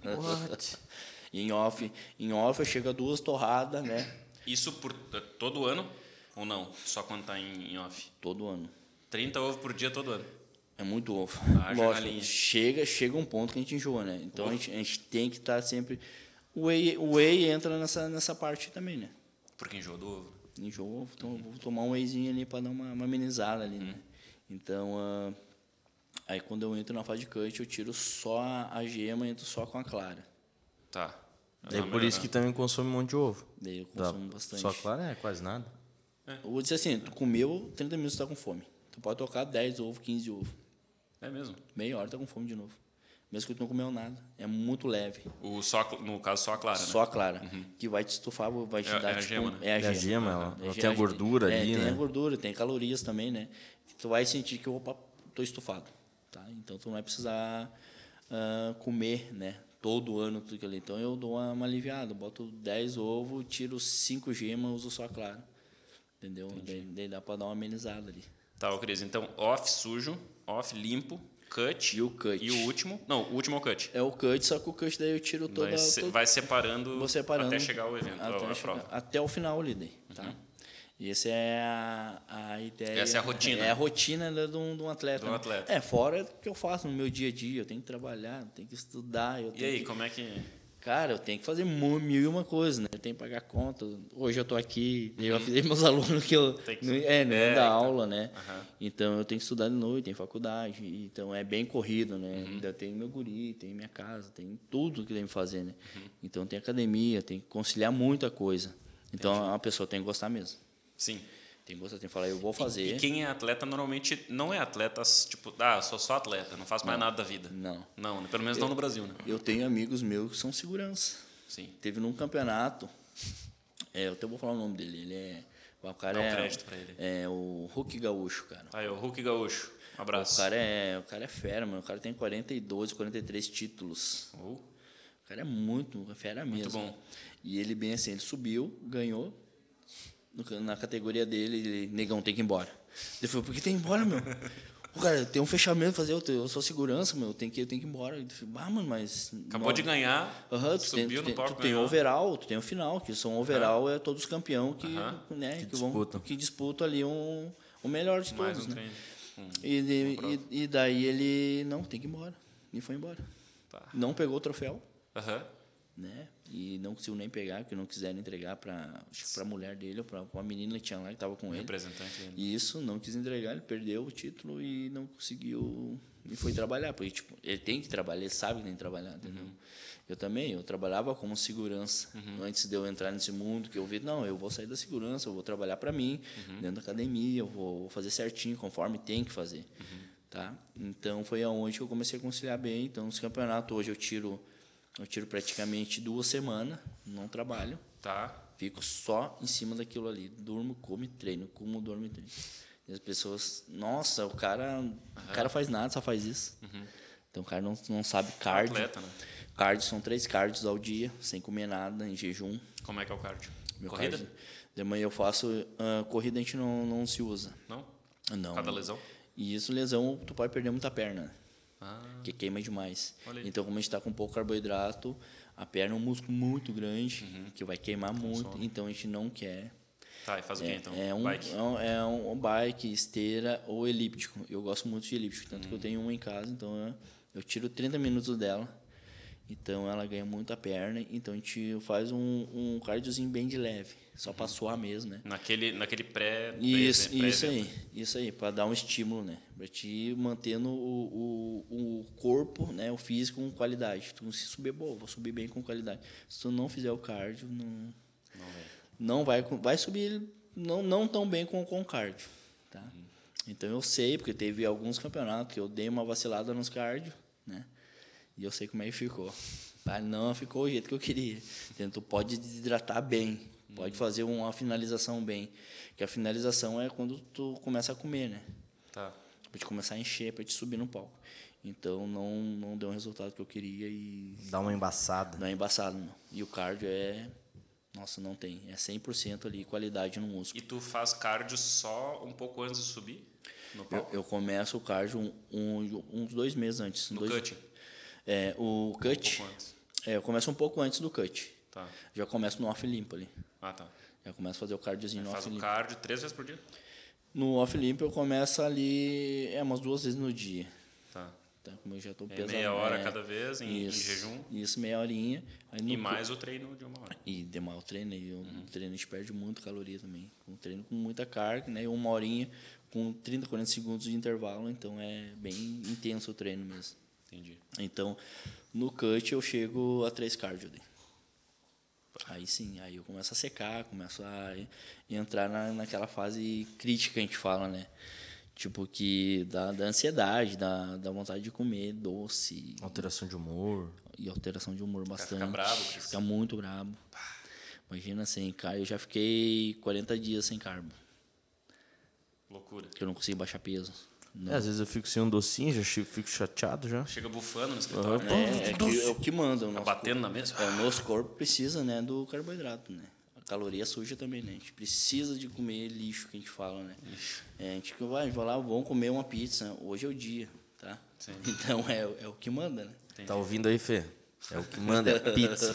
What? E em off, em off eu chego a duas torradas, né? Isso por todo ano ou não? Só quando tá em, em off? Todo ano. trinta ovos por dia todo ano. É muito ovo. Ah, Lógico, jornalinha. chega, chega um ponto que a gente enjoa, né? Então a gente, a gente tem que estar sempre... O whey, o whey entra nessa, nessa parte também, né? Porque enjoa do ovo. Enjoa, então vou tomar um wheyzinho ali para dar uma, uma amenizada ali, Hum. né? Então, ah, aí quando eu entro na fase de cut, eu tiro só a, a gema e entro só com a clara. Tá. É por isso que também consome um monte de ovo. Daí eu Dá- consumo bastante. Só claro é quase nada. Eu vou dizer assim, tu comeu, trinta minutos tu tá com fome. Tu pode tocar dez ovos, quinze ovos. É mesmo. Meia hora tá com fome de novo. Mesmo que tu não comeu nada. É muito leve. O só, no caso, só a clara, Só né? a clara. Que vai te estufar, vai te É- dar é a tipo, gema, né? É a É a gema. gema, ela, É ela ge- tem a gordura é, ali, tem né? a gordura, tem calorias também, né? Tu vai sentir que, opa, tô estufado. Tá? Então tu não vai precisar ah, comer, né? Todo ano tudo aquilo ali. Então eu dou uma, uma aliviada. Boto dez ovos, tiro cinco gemas, uso só a clara. Entendeu? Daí, daí dá para dar uma amenizada ali. Tá, ô Cris. Então, off sujo, off limpo, cut. E o cut. E o último? Não, o último é o cut. É o cut, só que o cut daí eu tiro toda... Vai, se- todo- vai separando, vou separando até chegar ao evento, até, a, a chegar- prova. até o final ali daí, tá? E essa é a, a ideia. Essa é a rotina. É a rotina né, de, um, de um atleta. De um né? atleta. É, fora o que eu faço no meu dia a dia. Eu tenho que trabalhar, eu tenho que estudar. Eu E tenho aí, que, como é que... cara, eu tenho que fazer mu- mil e uma coisas, né? Eu tenho que pagar conta. Hoje eu tô aqui, eu avisei meus alunos que eu Tem que- não, é, não é, ia dar então. aula, né? Aham. Então eu tenho que estudar de noite, tem faculdade. Então é bem corrido, né? Uhum. Ainda tem meu guri, tem minha casa, tem tudo que tem que fazer, né? Uhum. Então tem academia, tem que conciliar muita coisa. Então a pessoa tem que gostar mesmo. Sim. Tem que gostar, tem que falar, eu vou fazer. E quem é atleta normalmente não é atleta, tipo, ah, sou só atleta, não faço mais nada da vida. Não. Não, né? Pelo menos não no Brasil, né? Eu tenho amigos meus que são segurança. Sim. Teve num campeonato, é, eu até vou falar o nome dele, ele é... O cara Dá um é, crédito pra ele. é o Hulk Gaúcho, cara. Aí, o Hulk Gaúcho. Um abraço. O cara é, o cara é fera, mano. O cara tem quarenta e dois, quarenta e três títulos. Oh, O cara é muito fera mesmo. bom. E ele bem assim, ele subiu, ganhou. No- Na categoria dele, ele, negão, tem que ir embora. Ele falou, por que tem que ir embora, meu? O cara, tem um fechamento pra fazer, eu, eu sou segurança, meu, tem que, eu tenho que ir embora. Ele falou, ah, mano, mas... acabou não- de ganhar, Aham, tu tem, subiu tu tem, no palco, tu tem ganhou. overall, tu tem o final, que são overall, é todos os campeões que, Aham. né, Que que, vão, disputam. que disputam ali um, o melhor de Mais todos, um né? treino. Um, e, de, e, e daí ele, não, tem que ir embora. E foi embora. Tá. Não pegou o troféu. Aham. Né? E não conseguiu nem pegar, porque não quiseram entregar para a mulher dele ou para uma menina que tinha lá que estava com ele. Representante dele. E isso, não quis entregar, ele perdeu o título e não conseguiu. E foi trabalhar, porque tipo, ele tem que trabalhar, ele sabe que tem que trabalhar, entendeu? Uhum. Eu também, eu trabalhava como segurança. Uhum. Antes de eu entrar nesse mundo, que eu vi, não, eu vou sair da segurança, eu vou trabalhar para mim, uhum. dentro da academia, eu vou fazer certinho, conforme tem que fazer. Uhum. Tá? Então foi aonde que eu comecei a conciliar bem. Então, nos campeonatos, hoje eu tiro. Eu tiro praticamente duas semanas, não trabalho. Tá. Fico só em cima daquilo ali. Durmo, como e treino. Como, durmo e treino. E as pessoas... Nossa, o cara... Uhum. O cara faz nada, só faz isso. Uhum. Então, o cara não, não sabe cardio. Atleta, né? Cardio são três cardios ao dia, sem comer nada, em jejum. Como é que é o cardio? Meu corrida? Cardio, de manhã eu faço... Uh, corrida a gente não, não se usa. Não? Não. Cada lesão? E isso, lesão, tu pode perder muita perna. Ah. Que queima demais. Então, como a gente está com pouco carboidrato, a perna é um músculo muito grande, uhum. que vai queimar muito, então a gente não quer. Tá, e faz o que é, então? É um bike? É um, é um bike, esteira ou elíptico. Eu gosto muito de elíptico, tanto hum. que eu tenho uma em casa, então eu, eu tiro trinta minutos dela. Então ela ganha muita perna, então a gente faz um, um cardiozinho bem de leve, só para suar mesmo, né? Naquele, naquele pré... Isso, pré, isso aí, isso aí, para dar um estímulo, né? Para te mantendo o, o, o corpo, né? O físico com qualidade. Tu se subir, boa, vou subir bem com qualidade. Se tu não fizer o cardio, não, não, não vai, vai subir não, não tão bem com o cardio, tá? Uhum. Então eu sei, porque teve alguns campeonatos que eu dei uma vacilada nos cardio, né? E eu sei como é que ficou. Tá? Não ficou o jeito que eu queria. Então, tu pode desidratar bem, pode fazer uma finalização bem. Que a finalização é quando tu começa a comer, né? Tá. Pra te começar a encher, pra te subir no palco. Então, não, não deu o resultado que eu queria e... Dá uma embaçada. Dá uma embaçada, não. E o cardio é... Nossa, não tem. É cem por cento ali, qualidade no músculo. E tu faz cardio só um pouco antes de subir no palco? Eu, eu começo o cardio um, um, uns dois meses antes. No dois... cutting? É, o cut... Um pouco antes. É, eu começo um pouco antes do cut. Tá. Já começo no off limpo ali. Ah, tá. Já começo a fazer o cardiozinho no faz off limpo. Faz o cardio três vezes por dia? No off limpo eu começo ali, é, umas duas vezes no dia. Tá. Tá, como eu já tô é pesando. Meia hora é, cada vez em, isso, em jejum? Isso, meia horinha. Aí no e mais o treino de uma hora. E demais o treino. E o uhum. treino a gente perde muito caloria também. Um treino com muita carga, né? E uma horinha com trinta, quarenta segundos de intervalo. Então é bem intenso o treino mesmo. Entendi. Então, no cut eu chego a três cardio. Aí sim, aí eu começo a secar, começo a entrar na, naquela fase crítica que a gente fala, né? Tipo, que da, da ansiedade, da, da vontade de comer doce. Alteração de humor. E alteração de humor bastante. Fica brabo. Chris. Fica muito brabo. Imagina sem carbo. Eu já fiquei quarenta dias sem carbo. Loucura. Que eu não consigo baixar peso. É, às vezes eu fico sem um docinho, já fico chateado já. Chega bufando no escritório. Uhum. Né? É, é, que, é o que manda. O tá batendo corpo. Na mesa. É, o nosso corpo precisa, né, do carboidrato, né? A caloria suja também, né? A gente precisa de comer lixo, que a gente fala, né? Lixo. É, a gente vai, vai lá, vamos comer uma pizza. Hoje é o dia, tá? Sim. Então é, é o que manda, né? Entendi. Tá ouvindo aí, Fê? É o que manda, é a pizza.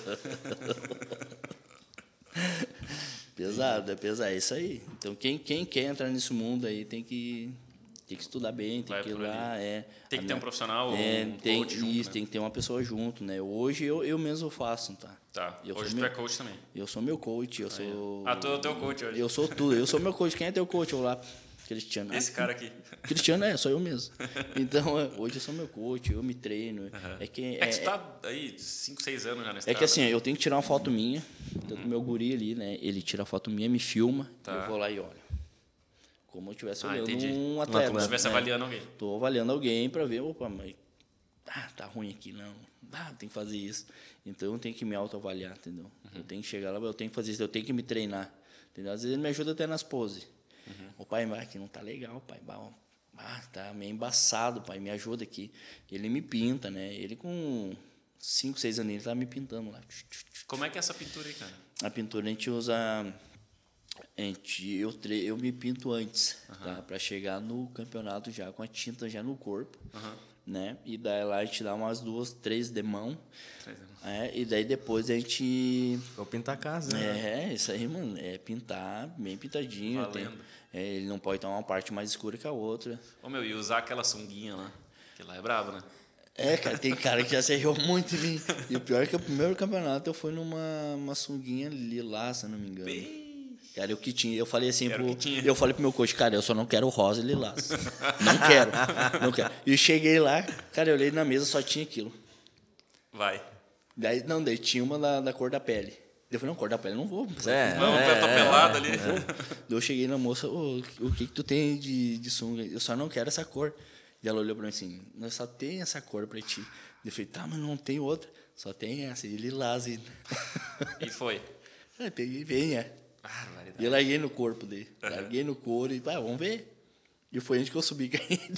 Pesado, é pesado, é isso aí. Então quem, quem quer entrar nesse mundo aí tem que... Tem que estudar bem, tem vai que ir lá. É, tem que ter um profissional é, um tem, coach junto, isso, né? tem que ter uma pessoa junto, né? Hoje eu, eu mesmo faço, tá? Tá. Eu hoje tu meu, é coach também. Eu sou meu coach, eu ah, sou... É. Ah, tu é o teu coach hoje. Eu sou tudo, eu sou meu coach. Quem é teu coach? Eu lá, Cristiano. Esse ah, cara aqui. Cristiano é, sou eu mesmo. Então, hoje eu sou meu coach, eu me treino. Uhum. É que, é, é que tu tá aí cinco, seis anos já na estrada. É que assim, eu tenho que tirar uma foto minha, do uhum. meu guri ali, né? Ele tira a foto minha, me filma, tá. E eu vou lá e olho. Como eu estivesse olhando ah, um atleta. Como se estivesse né? avaliando alguém. Estou avaliando alguém para ver, opa, mas ah, tá ruim aqui, não. Ah, tem que fazer isso. Então eu tenho que me autoavaliar, entendeu? Uhum. Eu tenho que chegar lá, eu tenho que fazer isso, eu tenho que me treinar. Entendeu? Às vezes ele me ajuda até nas poses. Uhum. O pai, mas aqui não tá legal, pai. Ah, tá meio embaçado, pai, me ajuda aqui. Ele me pinta, né? Ele com cinco, seis anos, ele tá me pintando lá. Como é que é essa pintura aí, cara? A pintura a gente usa... A gente, eu, tre, eu me pinto antes, uhum. tá? Para chegar no campeonato já com a tinta já no corpo. Uhum. né? E daí lá a gente dá umas duas, três de mão. Três de mão. É, e daí depois a gente... Vou pintar a casa, né? É, isso aí, mano. É pintar bem pintadinho. Tem, Valendo. é, ele não pode ter uma parte mais escura que a outra. Ô, meu, e usar aquela sunguinha lá. Que lá é brabo, né? É, cara, tem cara que já se errou muito em mim. E o pior é que o primeiro campeonato eu fui numa uma sunguinha lilás, se eu não me engano. Bem... Cara, eu que tinha. Eu falei assim Era o pro. que tinha. Eu falei pro meu coach, cara, eu só não quero rosa e lilás. Não quero. Não quero. E eu cheguei lá, cara, eu olhei na mesa, só tinha aquilo. Vai. Daí, não, daí tinha uma da, da cor da pele. Eu falei, não, cor da pele, não vou. É, Não, é, eu tô é, pelado ali. Daí eu cheguei na moça, ô, o que que tu tem de, de sunga? Eu só não quero essa cor. E ela olhou pra mim assim, nós só tem essa cor pra ti. Eu falei, tá, mas não tem outra. Só tem essa, de lilás ainda. E foi. Aí peguei, vem, é. Barbaridade. E eu larguei no corpo dele. Larguei no couro e, ah, vamos ver. E foi onde que eu subi caindo.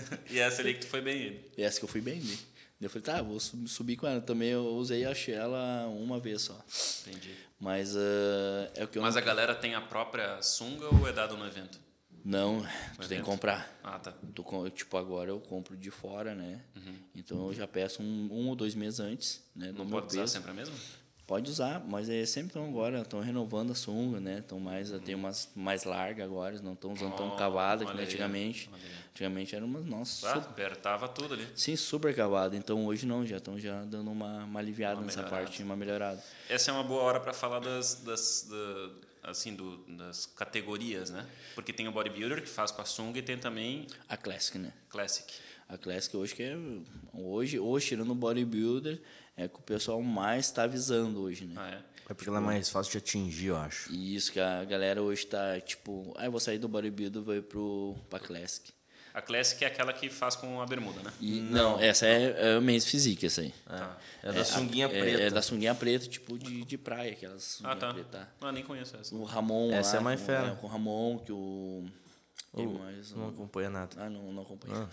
E essa ali que tu foi bem ele. E essa que eu fui bem, né? Eu falei, tá, vou sub- subir com ela. Também eu usei a ela uma vez só. Entendi. Mas uh, é o que eu Mas não... a galera tem a própria sunga ou é dado no evento? Não, tu tem evento? que comprar. Ah, tá. Tu com- tipo, agora eu compro de fora, né? Uhum. Então eu já peço um, um ou dois meses antes, né? do Não meu pode usar peso. sempre a mesma? Pode usar, mas é sempre estão agora, estão renovando a sunga, né? Estão mais, tem umas mais largas agora, não estão usando tão Oh, cavada olha que aí, antigamente. olha aí. Antigamente era umas, nossa, Ah, super, apertava tudo ali. sim, super cavada. Então hoje não, já estão já dando uma, uma aliviada Uma nessa melhorada. parte, uma melhorada. Essa é uma boa hora para falar das, das, da- assim, do, das categorias, né? Porque tem o bodybuilder que faz com a sunga e tem também A Classic, né? Classic. A Classic hoje que é hoje, hoje tirando o bodybuilder, é que o pessoal mais está visando hoje, né? Ah, é? É porque ela é mais fácil de atingir, eu acho. E isso que a galera hoje tá tipo, ah, eu vou sair do bodybuilder, vou ir pro pra Classic. A Classic é aquela que faz com a bermuda, né? E, não, essa é, é o Men's Physique, essa aí. É, é da sunguinha é, preta. É da sunguinha preta, tipo de, de praia, aquelas sunguinha Ah, tá. preta. Ah, nem conheço essa. O Ramon Essa lá, é mais com, fera. é, com o Ramon, que o... Tem Oh, mais não um- acompanha nada. Ah, não, não acompanho.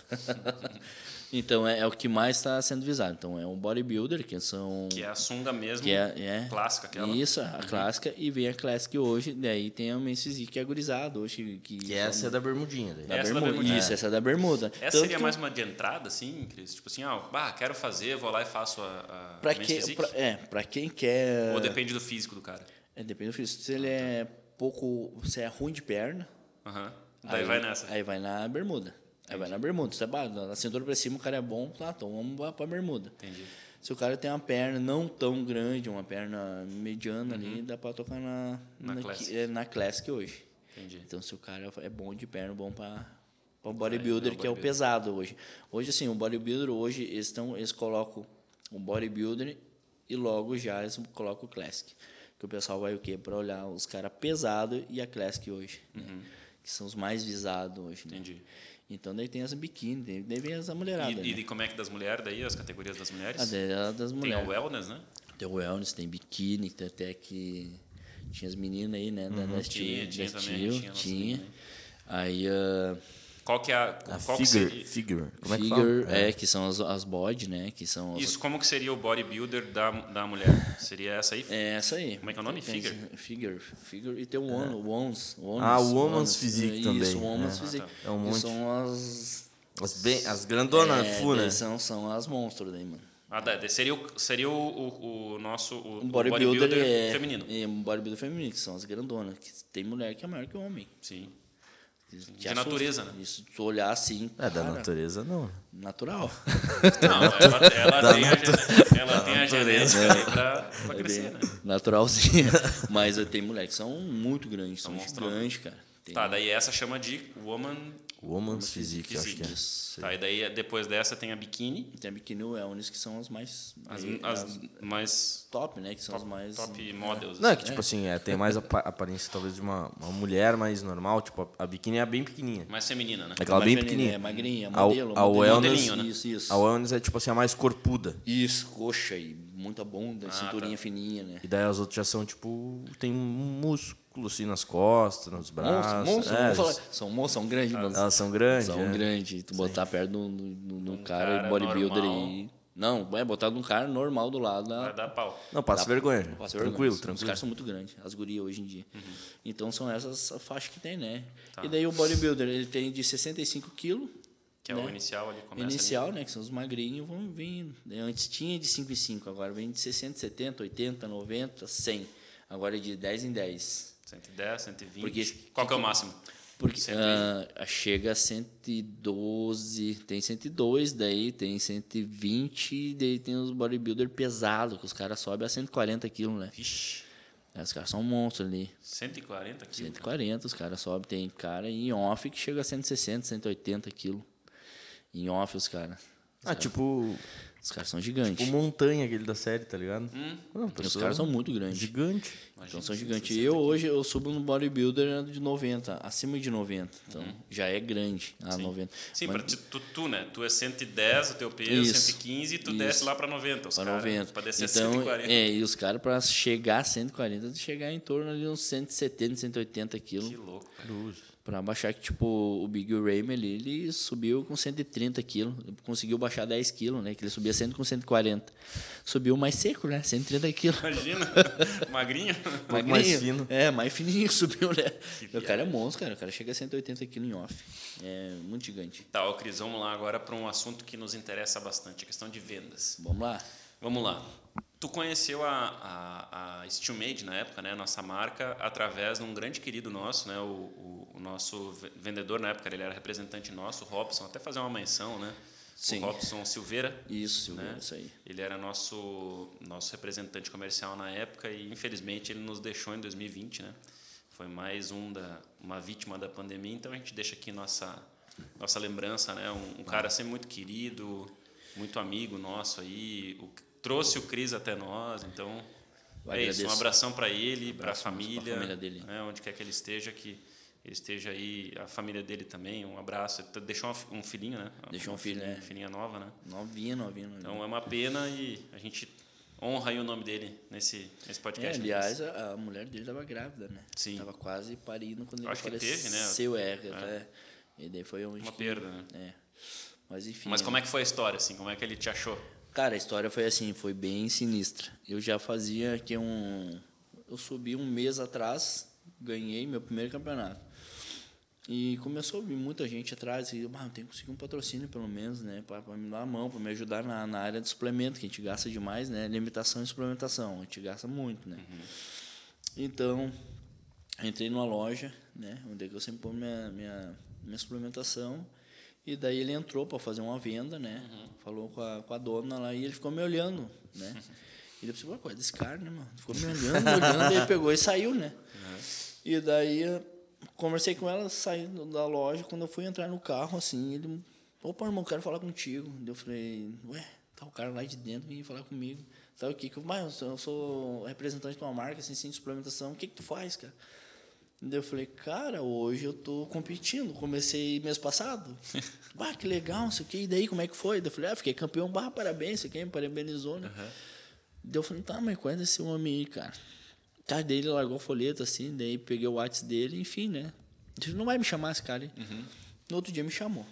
Então, é, é o que mais está sendo visado. Então, é um bodybuilder, que são... Que é a sunga mesmo, que é, é clássica aquela. Isso, a clássica. E vem a Classic hoje. Daí tem a Men's Physique, que é gurizado hoje. Que, Que essa é da bermudinha. Daí. da Essa da bermuda. bermudinha. Isso, essa é da bermuda. Essa Tanto seria que mais uma de entrada, assim, Cris? Tipo assim, ah, bah, quero fazer, vou lá e faço a, a Pra Men's quem, Physique? pra, é, pra quem quer... Ou depende do físico do cara? É, depende do físico. Se ele é pouco... Se é ruim de perna... Aham. Daí aí, vai nessa. Aí vai na bermuda. Aí vai na bermuda. Você vai, na cintura pra cima o cara é bom, tá, então vamos pra- pra bermuda. Entendi. Se o cara tem uma perna não tão grande, uma perna mediana ali, dá pra tocar na, Na na, Classic. que- é, na Classic hoje. Entendi. Então, se o cara é bom de perna, bom para o bodybuilder, é o que é o bodybuilder. pesado hoje. Hoje, assim, o bodybuilder, hoje, eles, tão, eles colocam o bodybuilder e logo já eles colocam o Classic. Que o pessoal vai o quê? Para olhar os caras pesados e a Classic hoje. Né? Que são os mais visados hoje. Né? Entendi. Então, daí tem as biquíni, daí daí vem as mulheradas. E, e né? de como é que das mulheres daí, as categorias das mulheres? A da- das Tem mulheres. o wellness, né? Tem o wellness, tem biquíni, tem até que tinha as meninas aí, né? Da, das Tinha, tio, tinha das também, tio, tinha nossas tinha. meninas Aí, ah, Qual que é a... A qual que figure, seria, figure. Como é que figure, fala? é, que são as, as body, né? Que são as, isso, como que seria o bodybuilder da, da mulher? Seria essa aí? é essa aí. Como é que é o nome? Tem- Figure? Figure, figure. E tem o one, o Ones, o Ah, Ones, o Woman's Ones, Physique isso, também. o Woman's É. Physique. É um E monte. são as... As, bem, as grandonas, é, full, né? daí São, são as monstros daí, mano. Ah, daí seria o, seria o, o, o nosso o, Um o bodybuilder, é, feminino. É, um bodybuilder feminino, que são as grandonas. Que tem mulher que é maior que homem. Sim. Que te De assusta. natureza, né? Isso, se tu olhar assim, É, da cara, natureza não. natural. Não, ela, ela tem, a, gen- ela tem a genética ali pra, pra É crescer, bem né? naturalzinha. Mas eh, tem mulher que são muito grandes, são monstrosas. gigantes, cara. Tem Tá, daí essa chama de woman Woman's Physique, acho que é. isso. Tá, e daí depois dessa tem a biquíni, Tem a biquíni wellness, que são as mais... as, eh, as mais top, né? Que são as top, mais... top models. Não, é assim. que tipo assim, é, tem mais a apa- aparência talvez de uma, uma mulher mais normal, tipo, a, a biquíni é bem pequenininha. Mais feminina, né? Aquela mais bem feminina, pequenininha. É magrinha, A- modelo. a modelo. wellness- Modelinho, né? Isso, isso. A wellness é tipo assim, a mais corpuda. Isso, coxa e muita bunda, cinturinha tá. fininha, né? E daí as outras já são tipo, tem um músculo assim nas costas, nos braços. Monstro, monstro, é, vamos falar. São monstros, são grandes, mano. elas são grandes. São é. grandes. Tu botar perto de um, de um- de um cara, cara bodybuilder normal. aí. Não, é botar de um cara normal do lado. Vai Da, dar pau. Não, passa vergonha. Passa tranquilo, vergonha. Os tranquilo. caras são muito grandes, as gurias hoje em dia. Então são essas a faixa que tem, né? Tá. E daí o bodybuilder, ele tem de sessenta e cinco quilos Que é né? o inicial ali, começa Inicial, ali. né? Que são os magrinhos, vão vindo. Antes tinha de cinco em cinco, agora vem de sessenta, setenta, oitenta, noventa, cem. Agora é de dez em dez. cento e dez, cento e vinte. Porque, Qual que é o máximo? Porque cento ah, chega a cento e doze, tem cento e dois, daí tem cento e vinte, daí tem os bodybuilder pesados, que os caras sobem a cento e quarenta quilos, né? Vixe, É, os caras são monstros ali. cento e quarenta quilos. cento e quarenta, os caras sobem. Tem cara em off que chega a cento e sessenta, cento e oitenta quilos. Em off, os caras. Ah, tipo, Os caras são gigantes. tipo montanha aquele da série, tá ligado? Hum, Não, Os pessoa caras são muito grandes. gigante. Então são gigantes. Eu hoje eu subo no bodybuilder de noventa, acima de noventa. Então Uhum. já é grande a noventa. Sim, Mas, pra ti- tu, tu, né? Tu é cento e dez o teu peso, Isso, cento e quinze e tu isso. desce lá pra noventa. Os para caras, noventa. pra descer a Então, cento e quarenta. é, e os caras para chegar a cento e quarenta, tem que chegar em torno ali uns cento e setenta, cento e oitenta quilos. Que louco, cara. Pra baixar que, tipo, o Big Ray ali, ele subiu com cento e trinta quilos. Conseguiu baixar dez quilos, né? Que ele subia sempre com cento e quarenta. Subiu mais seco, né? cento e trinta quilos. Imagina, magrinho. pouco mais fino. É, mais fininho subiu, né? Que O cara é monstro, cara. O cara chega a cento e oitenta quilos em off. É muito gigante. Tá, ô Cris, vamos lá agora para um assunto que nos interessa bastante, a questão de vendas. Vamos lá? Vamos lá. Tu conheceu a, a, a Steelmade na época, né? A nossa marca, através de um grande querido nosso, né? O, o, o nosso vendedor na época, ele era representante nosso, o Robson, até fazer uma menção, né? Sim. O Robson Silveira. Isso, Silvio, né? isso aí. Ele era nosso, nosso representante comercial na época e, infelizmente, ele nos deixou em dois mil e vinte, né? Foi mais um da, uma vítima da pandemia, então a gente deixa aqui nossa, nossa lembrança, né? Um, um cara sempre muito querido, muito amigo nosso aí, o, trouxe o Cris até nós, então Eu é isso, um agradeço. abração para ele, para a abraço pra família, família dele. né? Onde quer que ele esteja, que ele esteja aí, a família dele também, um abraço. Ele deixou um filhinho, né? Deixou um Uma filho, filhinha, né? filhinha nova, né? Novinha, novinha, novinha. Então é uma pena e a gente honra aí o nome dele nesse, nesse É, podcast. aliás, a, a mulher dele estava grávida, né? Sim. Tava quase parindo quando ele Acho que faleceu. teve, né? Seu é, até. E daí foi onde Uma que- perda, né? É. Mas enfim. Mas como é que foi a história, assim? Como é que ele te achou? Cara, a história foi assim, foi bem sinistra. Eu já fazia que um... Eu subi um mês atrás, ganhei meu primeiro campeonato. E começou a vir muita gente atrás, e ah, eu tenho que conseguir um patrocínio pelo menos, né, para me dar a mão, para me ajudar na, na área de suplemento, que a gente gasta demais, né, limitação e suplementação, a gente gasta muito, né. Uhum. Então, entrei numa loja, né, onde eu sempre ponho minha, minha, minha suplementação, e daí ele entrou para fazer uma venda, né, Uhum. falou com a, com a dona lá, e ele ficou me olhando, né. E depois, pô, qual é desse cara, né, mano? Ficou me olhando, me olhando, e ele pegou e saiu, né. Uhum. E daí, conversei com ela, saindo da loja, quando eu fui entrar no carro, assim, ele... Opa, irmão, quero falar contigo. Daí eu falei, ué, tá o cara lá de dentro vem falar comigo. Sabe o que? Que eu, mas eu sou, eu sou representante de uma marca, assim, sem suplementação. O que que tu faz, cara? Daí eu falei, cara, hoje eu tô competindo. Comecei mês passado. Bah, que legal, não sei o quê. E daí, como é que foi? Daí eu falei, ah, fiquei campeão, bah, parabéns, isso aqui, me parabenizou, né? Uhum. Daí eu falei, tá, mas conhece esse homem aí, cara. Tá, daí ele largou o folheto, assim, daí peguei o WhatsApp dele, enfim, né? Ele não vai me chamar esse cara aí. Uhum. No outro dia me chamou.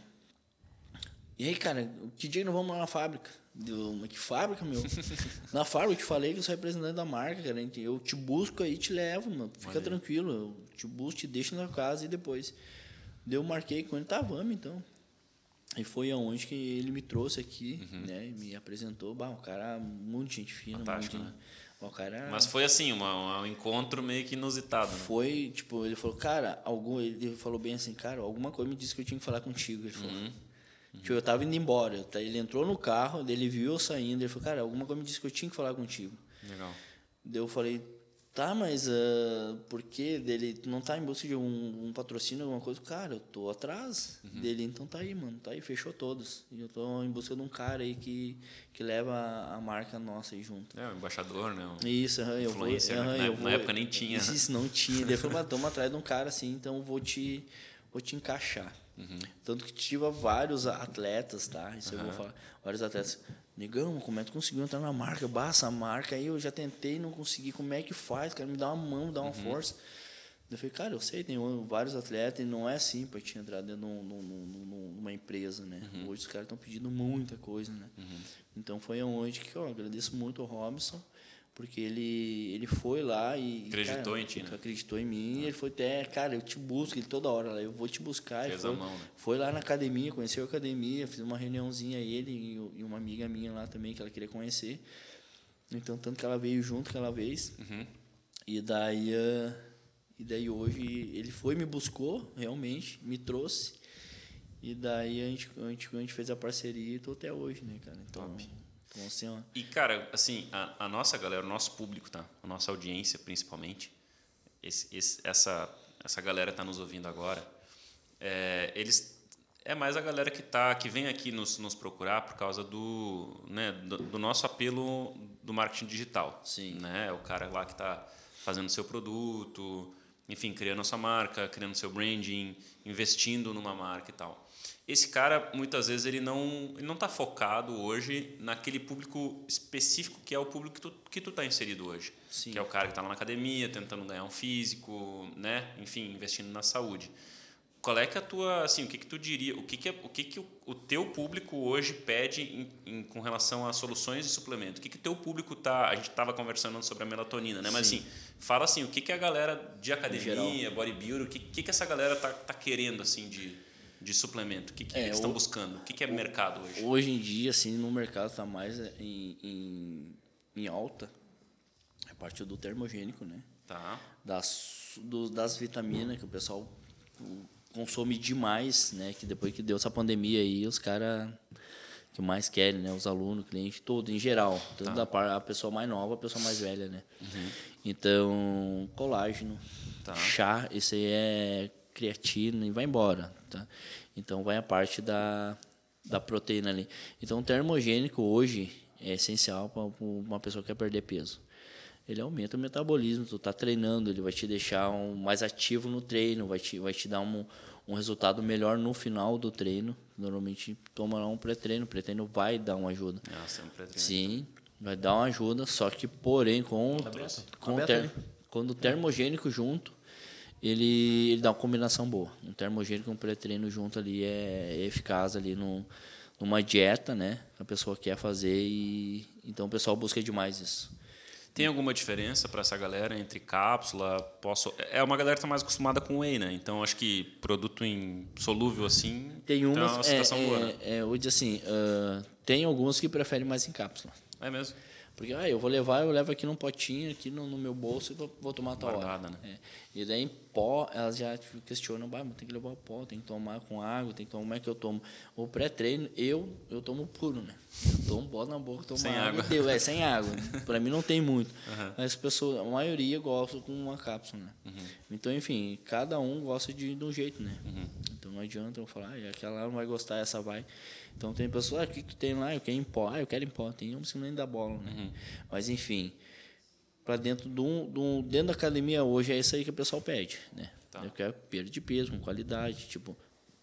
E aí, cara, que dia nós vamos lá na fábrica? Deu, mas que fábrica, meu? Na fábrica eu te falei que eu sou representante da marca, cara. Eu te busco aí e te levo, mano. Fica Olha tranquilo. Eu te busco, te deixo na casa e depois. Daí eu marquei com ele, tá, vamos então. E foi aonde que ele me trouxe aqui, uhum. né? Me apresentou. Bah, um cara muito gente fina, Fantástico, muito. Né? O cara... Mas foi assim, uma, um encontro meio que inusitado. Né? Foi, tipo, ele falou, cara, algum, ele falou bem assim, cara, alguma coisa me disse que eu tinha que falar contigo. Ele falou. Uhum. Uhum. Tipo, eu tava indo embora, ele entrou no carro, ele viu eu saindo, ele falou, cara, alguma coisa me disse que eu tinha que falar contigo. Legal. Daí eu falei, tá, mas uh, por que dele não tá em busca de um, um patrocínio, alguma coisa? Cara, eu tô atrás uhum. dele, então tá aí, mano, tá aí, fechou todos. E eu tô em busca de um cara aí que, que leva a, a marca nossa aí junto. É, o embaixador, né? Um isso, uhum, eu vou, uhum, na, eu na vou, época nem tinha. Isso, não tinha. Daí eu falei, mas estamos atrás de um cara assim, então eu vou te, vou te encaixar. Uhum. Tanto que tive vários atletas, tá? Isso uhum. eu vou falar. Vários atletas. Negão, como é que tu conseguiu entrar na marca? Bah, essa marca aí eu já tentei, não consegui. Como é que faz? Cara, me dá uma mão, me dá uma uhum. força. Eu falei, cara, eu sei, tem vários atletas e não é assim para te entrar dentro de uma empresa, né? Uhum. Hoje os caras estão pedindo muita coisa, né? Uhum. Então foi onde que eu agradeço muito ao Robson. Porque ele, ele foi lá e... Acreditou cara, em ti, né? Acreditou em mim. E ele foi até, cara, eu te busco. Ele toda hora lá, eu vou te buscar. Fez foi, a mão, né? Foi lá na academia, conheceu a academia, fiz uma reuniãozinha ele e, e uma amiga minha lá também, que ela queria conhecer. Então, tanto que ela veio junto aquela vez. Uhum. E daí... Uh, e daí hoje ele foi, me buscou, realmente, me trouxe. E daí a gente, a gente, a gente fez a parceria e tô até hoje, né, cara? Então... Top. Então, assim, ó, E, cara, assim, a, a nossa galera, o nosso público, tá? A nossa audiência, principalmente, esse, esse, essa, essa galera tá nos ouvindo agora, é, eles... É mais a galera que, tá, que vem aqui nos, nos procurar por causa do, né, do, do nosso apelo do marketing digital. Sim. Né? É o cara lá que está fazendo seu produto, enfim, criando a sua marca, criando seu branding, investindo numa marca e tal. Esse cara, muitas vezes, ele não ele não está focado hoje naquele público específico que é o público que tu que tu está inserido hoje. Sim. Que é o cara que está lá na academia, tentando ganhar um físico, né? Enfim, investindo na saúde. Qual é que a tua, assim, o que que tu diria, o que que, o, que, que o, o teu público hoje pede em, em, com relação a soluções de suplemento? O que que o teu público tá, a gente estava conversando sobre a melatonina, né? Mas Sim. assim, fala assim, o que que a galera de academia, bodybuilder, o que que, que essa galera tá, tá querendo, assim, de... de suplemento? O que, que É, eles estão o- buscando? O que, que é mercado hoje? hoje em dia, assim, no mercado está mais em, em, em alta a parte do termogênico, né? Tá. Das, do, das vitaminas que o pessoal consome demais, né? Que depois que deu essa pandemia aí, os caras que mais querem, né? Os alunos, cliente, todo, em geral. Tanto Tá. da par- a pessoa mais nova, a pessoa mais velha, né? Uhum. Então, colágeno, Tá. chá, esse aí é creatina e vai embora, tá? Então, vai a parte da, da proteína ali. Então, o termogênico hoje é essencial para uma pessoa que quer perder peso. Ele aumenta o metabolismo, tu tá treinando, ele vai te deixar um, mais ativo no treino, vai te, vai te dar um, um resultado melhor no final do treino. Normalmente, toma lá um pré-treino, o pré-treino vai dar uma ajuda. Ah, sempre é treino. Sim, vai dar uma ajuda, só que, porém, com, com o ter, quando o termogênico junto, ele, ele dá uma combinação boa. Um termogênico e um pré-treino junto ali é, é eficaz ali no, numa dieta, né? Que a pessoa quer fazer e então o pessoal busca demais isso. Tem alguma diferença para essa galera entre cápsula, posso... É uma galera que está mais acostumada com whey, né? Então, acho que produto em solúvel assim Tem tá umas, uma é, situação é, boa, né? é, eu vou dizer assim, ah, tem alguns que preferem mais em cápsula. É mesmo? Porque ah, eu vou levar, eu levo aqui num potinho, aqui no, no meu bolso e vou, vou tomar a tal Guardada, hora. né? É. E daí em pó, elas já tipo, questionam, bah, mas tem que levar o pó, tem que tomar com água, tem que tomar, como é que eu tomo? O pré-treino, eu, eu tomo puro, né? Eu tomo, boto na boca, tomo Sem água, água. e deu, é, sem água. Para mim não tem muito. Uhum. Mas as pessoas, a maioria gosta com uma cápsula, né? Uhum. Então, enfim, cada um gosta de, de um jeito, né? Uhum. Então não adianta eu falar, ah, aquela não vai gostar, essa vai. Então tem pessoas, ah, o que tu tem lá? Eu quero em pó. Ah, eu quero em pó. Tem uns que nem dá bola, né? Uhum. Mas enfim, para dentro do, do dentro da academia hoje é isso aí que o pessoal pede, né? Tá. Eu quero perda de peso com qualidade, tipo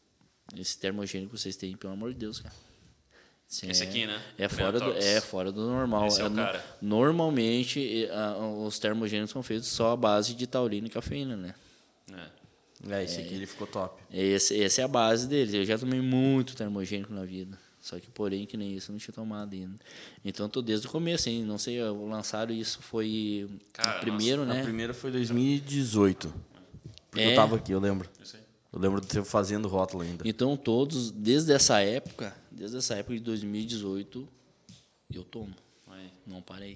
esse termogênico que vocês têm, pelo amor de Deus, cara. Isso Esse é, aqui, né? É fora, do, Menatox. é fora do normal. Esse é o no- cara. Normalmente, eh, a- os termogênicos são feitos só à base de taurina e cafeína, né? É. É, esse aqui ele ficou top. Esse, essa é a base deles. Eu já tomei muito termogênico na vida. Só que, porém, que nem isso, eu não tinha tomado ainda. Então, tô desde o começo, hein? Não sei, lançaram isso foi Cara, o primeiro, A né? primeira foi dois mil e dezoito. Porque É. eu tava aqui, eu lembro. Isso aí. Eu lembro de eu fazendo rótulo ainda. Então, todos, desde essa época, desde essa época de dois mil e dezoito, eu tomo. Aí. Não parei.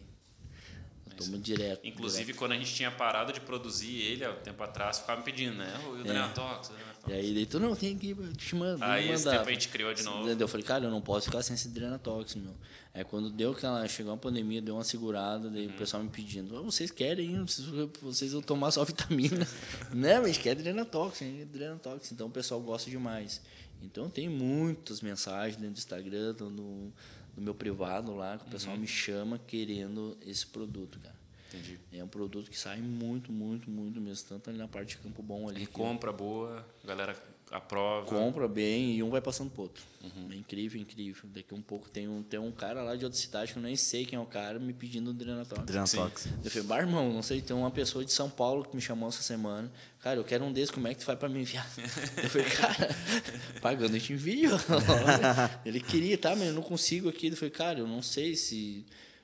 Eu tomo direto. Inclusive, direto. quando a gente tinha parado de produzir ele, há um tempo atrás, ficava me pedindo, né? O Drenatox, o Drenatox. E aí, daí tu não tem que ir, te mando, Aí, me esse mandar. tempo a gente criou de novo. Eu falei, cara, eu não posso ficar sem esse Drenatox, meu. Aí quando deu aquela, chegou a pandemia, deu uma segurada, daí Uhum. o pessoal me pedindo, "Ah, vocês querem, não precisa- vocês vão tomar só vitamina. Né, mas quer Drenatox, hein? Drenatox. Então o pessoal gosta demais. Então tem muitas mensagens dentro do Instagram, no, no meu privado lá, que o pessoal Uhum. me chama querendo esse produto, cara. Entendi. É um produto que sai muito, muito, muito mesmo, tanto ali na parte de Campo Bom ali. E que compra boa, a galera aprova. compra bem e um vai passando pro outro. Uhum. É incrível, incrível. Daqui um pouco tem um, tem um cara lá de outra cidade que eu nem sei quem é o cara me pedindo um Drenatox. Drenatox. Eu falei, bah, irmão, não sei, tem uma pessoa de São Paulo que me chamou essa semana. Cara, eu quero um desses, como é que tu faz pra me enviar? Eu falei, cara, pagando eu te envio. Ele queria, tá, mas eu não consigo aqui. Eu falei, cara, eu não sei se...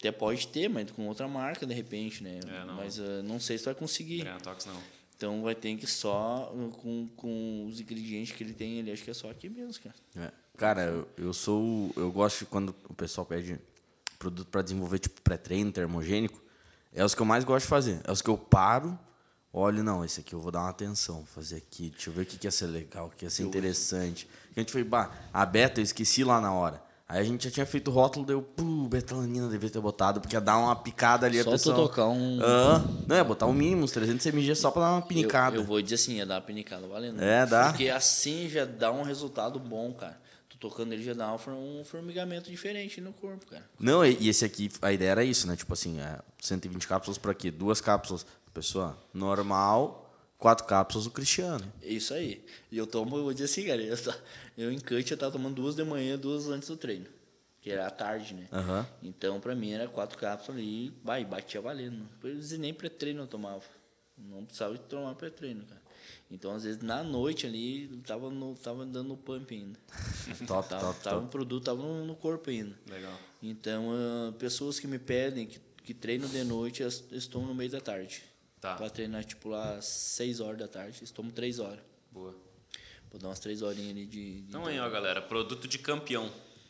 até pode ter, mas com outra marca, de repente, né? É, não. Mas uh, não sei se vai conseguir. Brennatox não. Então vai ter que só com, com os ingredientes que ele tem ali, acho que é só aqui mesmo, cara. É. Cara, eu, eu sou. Eu gosto de quando o pessoal pede produto para desenvolver, tipo, pré-treino, termogênico. É os que eu mais gosto de fazer. É os que eu paro, olho, não, esse aqui eu vou dar uma atenção, fazer aqui, deixa eu ver o que, que ia ser legal, o que ia ser interessante. A gente foi, bah, a beta eu esqueci lá na hora. Aí a gente já tinha feito o rótulo, deu, pô, betalanina devia ter botado, porque ia dar uma picada ali. Só a pessoa... tu tocar um... Ah, não, ia botar o mínimo, uns trezentos mililitros só pra dar uma pinicada. Eu, eu vou dizer assim, ia dar uma pinicada, valendo. É, dá. Porque assim já dá um resultado bom, cara. Tu tocando ele já dá um formigamento diferente no corpo, cara. Não, e esse aqui, a ideia era isso, né? Tipo assim, é cento e vinte cápsulas pra quê? Duas cápsulas, pessoa normal, quatro cápsulas o Cristiano. É isso aí. E eu tomo, eu vou dizer assim, cara, eu, eu em cut eu tava tomando duas de manhã, duas antes do treino. Que era à tarde, né? Uhum. Então, pra mim, era quatro cápsulas e vai, batia valendo. Depois nem pré-treino eu tomava. Não precisava de tomar pré-treino, cara. Então, às vezes, na noite ali, tava, no, tava dando o pump ainda. Top, tava, top, tava top. um produto, tava no, no corpo ainda. Legal. Então, uh, pessoas que me pedem, que, que treinam de noite, elas, eles tomam no meio da tarde. Tá. Pra treinar, tipo, lá às seis horas da tarde, eles tomam três horas. Boa. Vou dar umas três horinhas ali de... de Então aí, ó, galera, produto de campeão,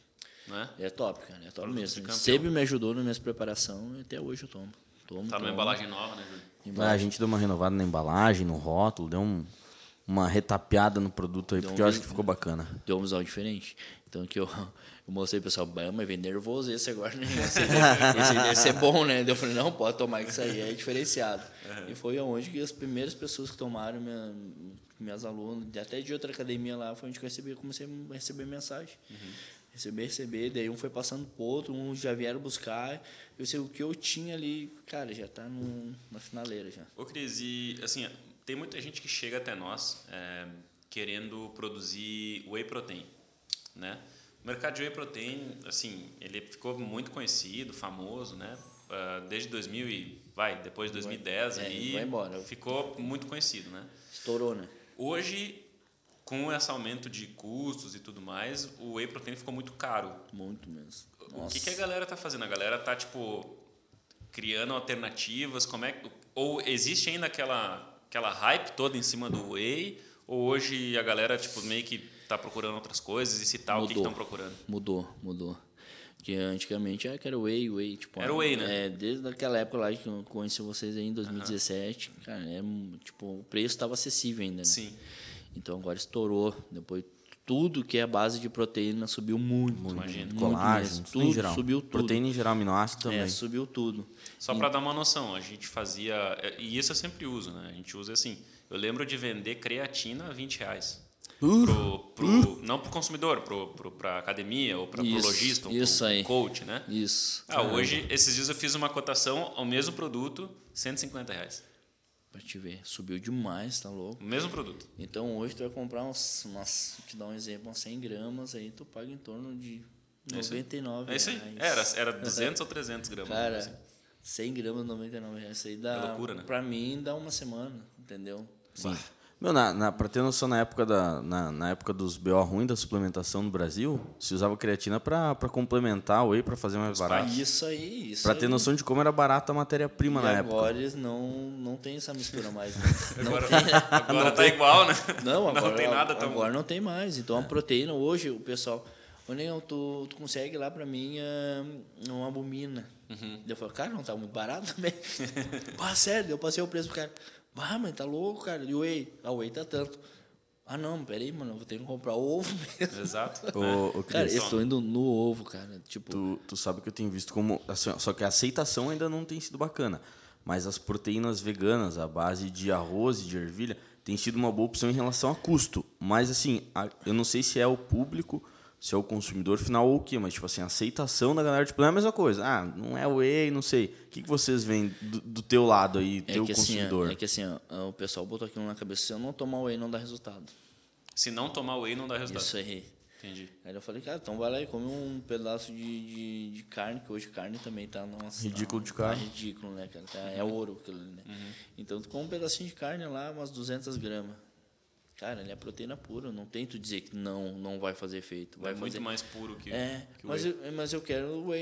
né? É top, cara, é top Produto de mesmo. campeão. Sempre me ajudou na minha preparação e até hoje eu tomo. tomo Tá numa tomo. embalagem nova, né, Júlio? Ah, a gente deu uma renovada na embalagem, no rótulo, deu um, uma retapeada no produto aí, Deu porque um eu acho vi- que ficou bacana. Deu um visual diferente. Então que eu, eu mostrei pro pessoal, "Bah, mas vem nervoso esse agora, né? Esse, esse deve ser bom, né?" Daí eu falei, não, pode tomar que isso aí é diferenciado. E foi aonde que as primeiras pessoas que tomaram, minha, minhas alunas, até de outra academia lá, foi onde que eu recebi, comecei a receber mensagem. Receber, receber, daí um foi passando pro outro, um já vieram buscar. Eu sei o que eu tinha ali, cara, já tá no, na finaleira já. Ô, Cris, e assim, tem muita gente que chega até nós é, querendo produzir whey protein, né? O mercado de whey protein, assim, ele ficou muito conhecido, famoso, né? Uh, desde dois mil e vai, depois de dois mil e dez É, ali, vai embora. ficou muito conhecido, né? Estourou, né? Hoje, com esse aumento de custos e tudo mais, o whey protein ficou muito caro. Muito mesmo. O que, que a galera tá fazendo? A galera tá, tipo, criando alternativas? Como é que, ou existe ainda aquela, aquela hype toda em cima do whey? Ou hoje a galera, tipo, meio que tá procurando outras coisas? E se tal, o que estão procurando? Mudou, mudou. Porque antigamente era que era whey, whey. Tipo, Era whey, né? É, desde aquela época lá que eu conheci vocês aí em dois mil e dezessete, uh-huh. cara, é, tipo, o preço estava acessível ainda, né? Sim. Então agora estourou. Depois tudo que é base de proteína subiu muito. Muito, imagina. Muito Colágeno, mesmo. tudo em Tudo, geral. subiu tudo. Proteína em geral, aminoácido também. É, subiu tudo. Só para dar uma noção, a gente fazia... E isso eu sempre uso, né? A gente usa assim... Eu lembro de vender creatina a vinte reais. Uh, Pro, pro, uh. Não para o consumidor, para a academia ou para o lojista, ou isso pro aí. coach, né? Isso. Ah, hoje, esses dias eu fiz uma cotação ao mesmo produto, cento e cinquenta reais. Pra te ver, subiu demais, tá louco? O mesmo produto. Então hoje tu vai comprar uns, umas, te dar um exemplo, umas cem gramas, aí tu paga em torno de noventa e nove reais. É isso aí. Era, era duzentos ou trezentos gramas. Cara, assim. cem gramas, noventa e nove reais. Isso aí dá, É loucura, né? pra mim, dá uma semana, entendeu? Sim. Meu, na, na, pra ter noção, na época, da, na, na época dos B O ruins da suplementação no Brasil, se usava creatina pra, pra complementar o whey, pra fazer mais barato. Isso aí, isso Pra aí. ter noção de como era barata a matéria-prima E na agora época. eles não, não tem essa mistura mais, né? Não Agora, tem, agora não tá tem. igual, né? Não, agora não tem nada tão... agora não tem mais. Então a proteína hoje, o pessoal, ô Negão, tu, tu consegue lá pra mim uh, uma albumina. Uhum. Eu falo, cara, não tá muito barato também. Pá, sério, eu passei o preço pro cara. Ah, mas tá louco, cara. E o whey? A whey tá tanto. Ah, não, peraí, mano, eu vou ter que comprar ovo mesmo. Exato. Ô, ô, Cris, Cara, eu estou indo no ovo, cara. Tipo, tu, tu sabe que eu tenho visto como... Assim, ó, só que a aceitação ainda não tem sido bacana. Mas as proteínas veganas, à base de arroz e de ervilha, tem sido uma boa opção em relação a custo. Mas, assim, a, eu não sei se é o público, se é o consumidor final ou o quê. Mas, tipo assim, a aceitação da galera, tipo, não é a mesma coisa. Ah, não é whey, não sei. O que, que vocês veem do, do teu lado aí, é teu que, consumidor? Assim, é que assim, ó, o pessoal botou aquilo na cabeça, se eu não tomar whey, não dá resultado. Se não tomar whey, não dá resultado. Isso aí. Entendi. Aí eu falei, cara, então vai lá e come um pedaço de, de, de carne, que hoje carne também tá... Nossa, Ridículo tá, de carne. Tá ridículo, né, cara? Tá, é ouro aquilo ali, né? Uhum. Então tu come um pedacinho de carne lá, umas duzentas gramas. Cara, ele é proteína pura, não tem tu dizer que não, não vai fazer efeito. Vai É fazer... muito mais puro que, É, que o mas whey. eu, mas eu quero o whey.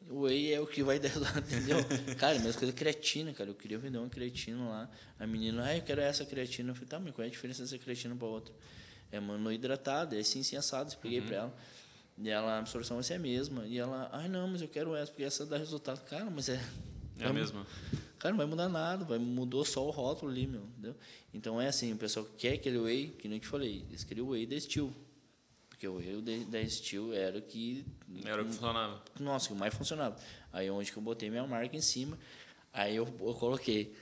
O whey é o que vai dar lá, entendeu? Cara, mesma coisa creatina, cara. Eu queria vender uma creatina lá. A menina, ah, eu quero essa creatina. Eu falei, tá, mas qual é a diferença dessa creatina pra outra? É monohidratada, é assim, sim, assado. Expliquei uhum. pra ela. E ela, a absorção vai ser a mesma. E ela, ai, não, mas eu quero essa, porque essa dá resultado. Cara, mas é... É a mesma. Cara, não vai mudar nada, vai, mudou só o rótulo ali, meu, entendeu? Então é assim, o pessoal quer aquele whey, que nem eu te falei, eles queriam o whey da Steel. Porque o whey da Steel era o que... Era o que funcionava. Nossa, o que mais funcionava. Aí onde que eu botei minha marca em cima, aí eu, eu coloquei...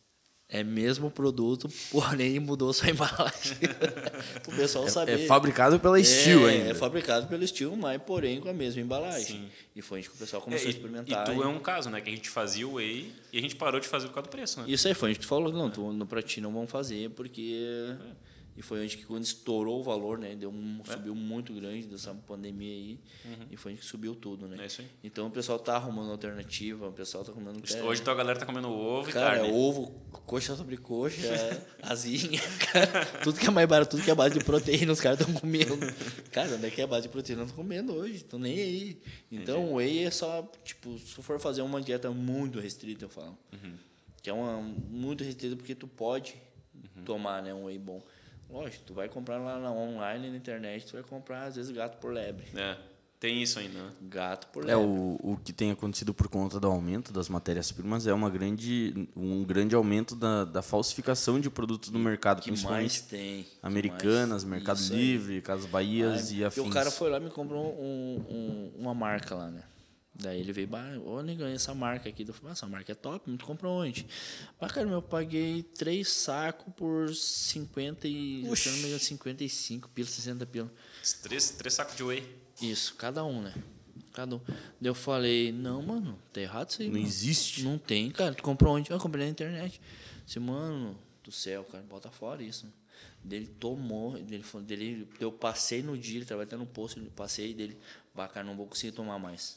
É mesmo produto, porém mudou sua embalagem. Para o pessoal é, saber. É fabricado pela Steel é, ainda. É fabricado pela Steel, mas porém com a mesma embalagem. Sim. E foi onde que o pessoal começou é, a experimentar. E tu é um caso, né? Que a gente fazia o whey e a gente parou de fazer por causa do preço, né? Isso aí foi onde que tu falou, não, é. tu, no pra ti não vamos fazer, porque... É. E foi onde que quando estourou o valor, né? Deu um, é. Subiu muito grande dessa pandemia aí. Uhum. E foi onde que subiu tudo, né? É isso aí. Então o pessoal tá arrumando alternativa, o pessoal tá arrumando... Hoje então a galera tá comendo ovo cara, e carne. É ovo, coxa sobre coxa, asinha, cara, tudo que é mais barato, tudo que é base de proteína, os caras estão comendo. Cara, onde é que é base de proteína? Não estão comendo hoje, estão nem aí. Então o whey é só, tipo, se for fazer uma dieta muito restrita, eu falo. Uhum. Que é uma muito restrita porque tu pode uhum. tomar, né, um whey bom. Lógico, tu vai comprar lá na online, na internet, tu vai comprar, às vezes, gato por lebre. É, tem isso ainda, né? Gato por lebre. É, o, o que tem acontecido por conta do aumento das matérias-primas é uma grande, um grande aumento da, da falsificação de produtos no mercado. Que mais tem. Americanas, mais, Mercado Livre, Casas Bahias Ai, e afins. E o cara foi lá e me comprou um, um, uma marca lá, né? Daí ele veio, ô, negão, essa marca aqui. Eu falei, essa marca é top, tu comprou onde? Mas, cara, eu paguei três sacos por cinquenta e... Se não me engano, cinquenta e cinco pila, sessenta pila. Três, três sacos de whey? Isso, cada um, né? Cada um. Daí eu falei, não, mano, tá errado isso aí. Não mano. existe. Não tem, cara. Tu comprou onde? Eu comprei na internet. Eu disse, mano, do céu, cara, bota fora isso. Dele tomou, dele, dele, eu passei no dia, ele trabalha até no posto, eu passei dele, bacana, não vou conseguir tomar mais.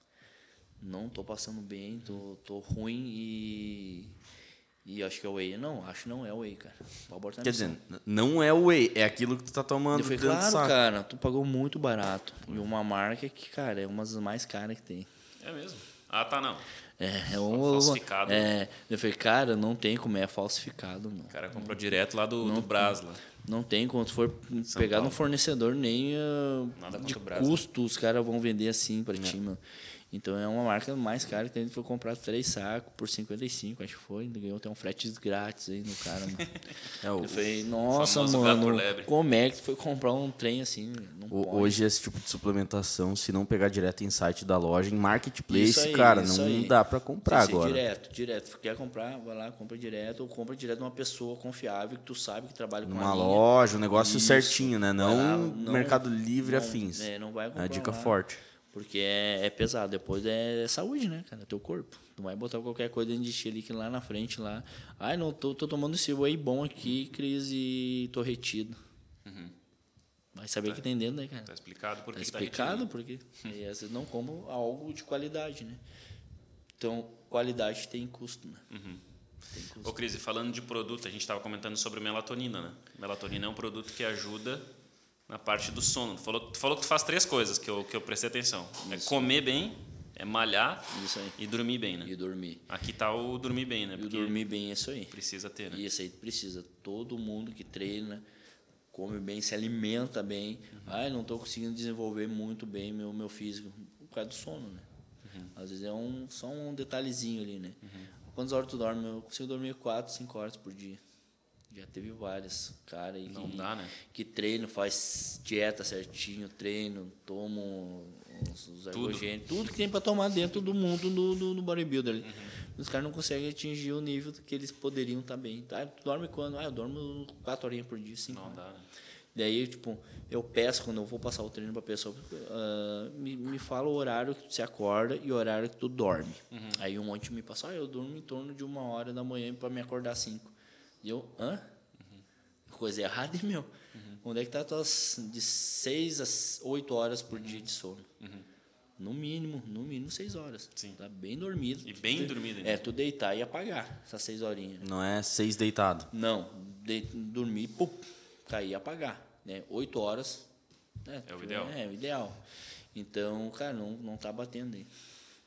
Não tô passando bem, tô, tô ruim e... E acho que é o whey. Não, acho que não é o whey, cara. Pode Quer dizer, não é o whey, é aquilo que tu tá tomando. Eu falei, claro, cara, tu pagou muito barato. E uma marca que, cara, é uma das mais caras que tem. É mesmo? Ah, tá, não. É, é um... Falsificado. É, eu falei, cara, não tem como, é falsificado, não. O cara comprou não, direto lá do, não, do Brás, lá. Não tem, quando for São pegar Paulo. No fornecedor, nem uh, Nada de custo, os caras vão vender assim pra é. ti, mano. Então é uma marca mais cara que a gente foi comprar três sacos por cinquenta e cinco, acho que foi. Ainda ganhou até um frete grátis aí no cara, mano. É, o, eu falei, nossa, mano, como é que tu foi comprar um trem assim? Não o, pode. Hoje esse tipo de suplementação, se não pegar direto em site da loja, em marketplace, aí, cara, não aí. Dá pra comprar sim, sim, agora. Direto, direto. Quer comprar, vai lá, compra direto, ou compra direto de uma pessoa confiável que tu sabe que trabalha com uma a loja, um negócio isso. Certinho, né? Não, lá, não Mercado Livre não, afins. É, não vai comprar. É a dica lá. forte. Porque é, é pesado. Depois é saúde, né, cara? É teu corpo. Não vai botar qualquer coisa dentro de ti ali que lá na frente, lá. Ai, não, tô, tô tomando esse whey bom aqui, Cris, e tô retido. Uhum. Vai saber o tá, que tem dentro, né, cara? Tá explicado por que tá que explicado tá porque e às vezes não como algo de qualidade, né? Então, qualidade tem custo, né? Uhum. Tem custo. Ô, Cris, e falando de produto, a gente estava comentando sobre melatonina, né? Melatonina é um produto que ajuda na parte do sono. Tu falou, tu falou que tu faz três coisas que eu, que eu prestei atenção. Isso. É comer bem, é malhar isso aí. E dormir bem, né? E dormir. Aqui tá o dormir bem, né? E o dormir bem é isso aí. Precisa ter, né? Isso aí precisa. Todo mundo que treina, come bem, se alimenta bem. Uhum. Ai, não estou conseguindo desenvolver muito bem meu, meu físico. Por causa do sono, né? Uhum. Às vezes é um, só um detalhezinho ali, né? Uhum. Quantas horas tu dorme? Eu consigo dormir quatro, cinco horas por dia. Já teve várias, cara, e não que, dá, né? Que treino, faz dieta certinho, treino, tomo os, os ergogênicos, tudo que tem para tomar dentro do mundo do, do, do bodybuilder ali. Uhum. Os caras não conseguem atingir o nível que eles poderiam também. Tá? Tu dorme quando? Ah, eu dormo quatro horinhas por dia, cinco. Não dá, né? Daí, tipo, eu peço, quando eu vou passar o treino pra pessoa, uh, me, me fala o horário que você acorda e o horário que tu dorme. Uhum. Aí um monte me passa, ah, eu durmo em torno de uma hora da manhã para me acordar às cinco. E eu, hã? Uhum. Coisa errada, hein, meu? Uhum. Onde é que tá tuas de seis a oito horas por dia de sono? Uhum. No mínimo, no mínimo seis horas. Sim. Tá bem dormido. E bem de... dormido. É, tu deitar e apagar essas seis horinhas. Não é seis deitado. Não, de... dormir, pum, cair e apagar. Né? Oito horas. Né? É o ideal. É, é o ideal. Então, cara, não, não tá batendo aí.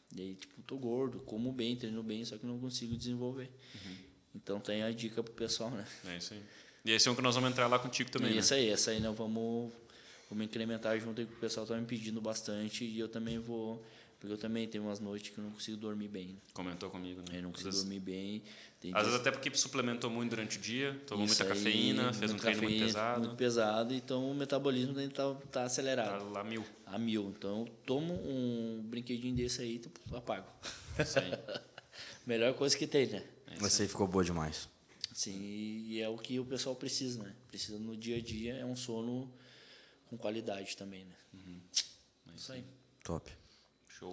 E aí, tipo, tô gordo, como bem, treino bem, só que não consigo desenvolver. Uhum. Então tem a dica pro pessoal, né? É isso aí. E esse é um que nós vamos entrar lá contigo também, e né? Isso aí, essa aí nós vamos, vamos incrementar junto aí, que o pessoal tá me pedindo bastante e eu também vou... Porque eu também tenho umas noites que eu não consigo dormir bem. Né? Comentou comigo, né? Eu não consigo Às vezes, dormir bem. Tem às dias... vezes até porque suplementou muito durante o dia, tomou Isso muita aí, cafeína, fez um treino cafeína, muito pesado. Muito pesado, então o metabolismo dele tá, tá acelerado. Tá lá mil. A mil. Então, eu tomo um brinquedinho desse aí, tu apago. Isso aí. Melhor coisa que tem, né? É Essa aí ficou boa demais. Sim, e é o que o pessoal precisa, né? Precisa no dia a dia, é um sono com qualidade também, né? Uhum. É isso aí. Top. Show.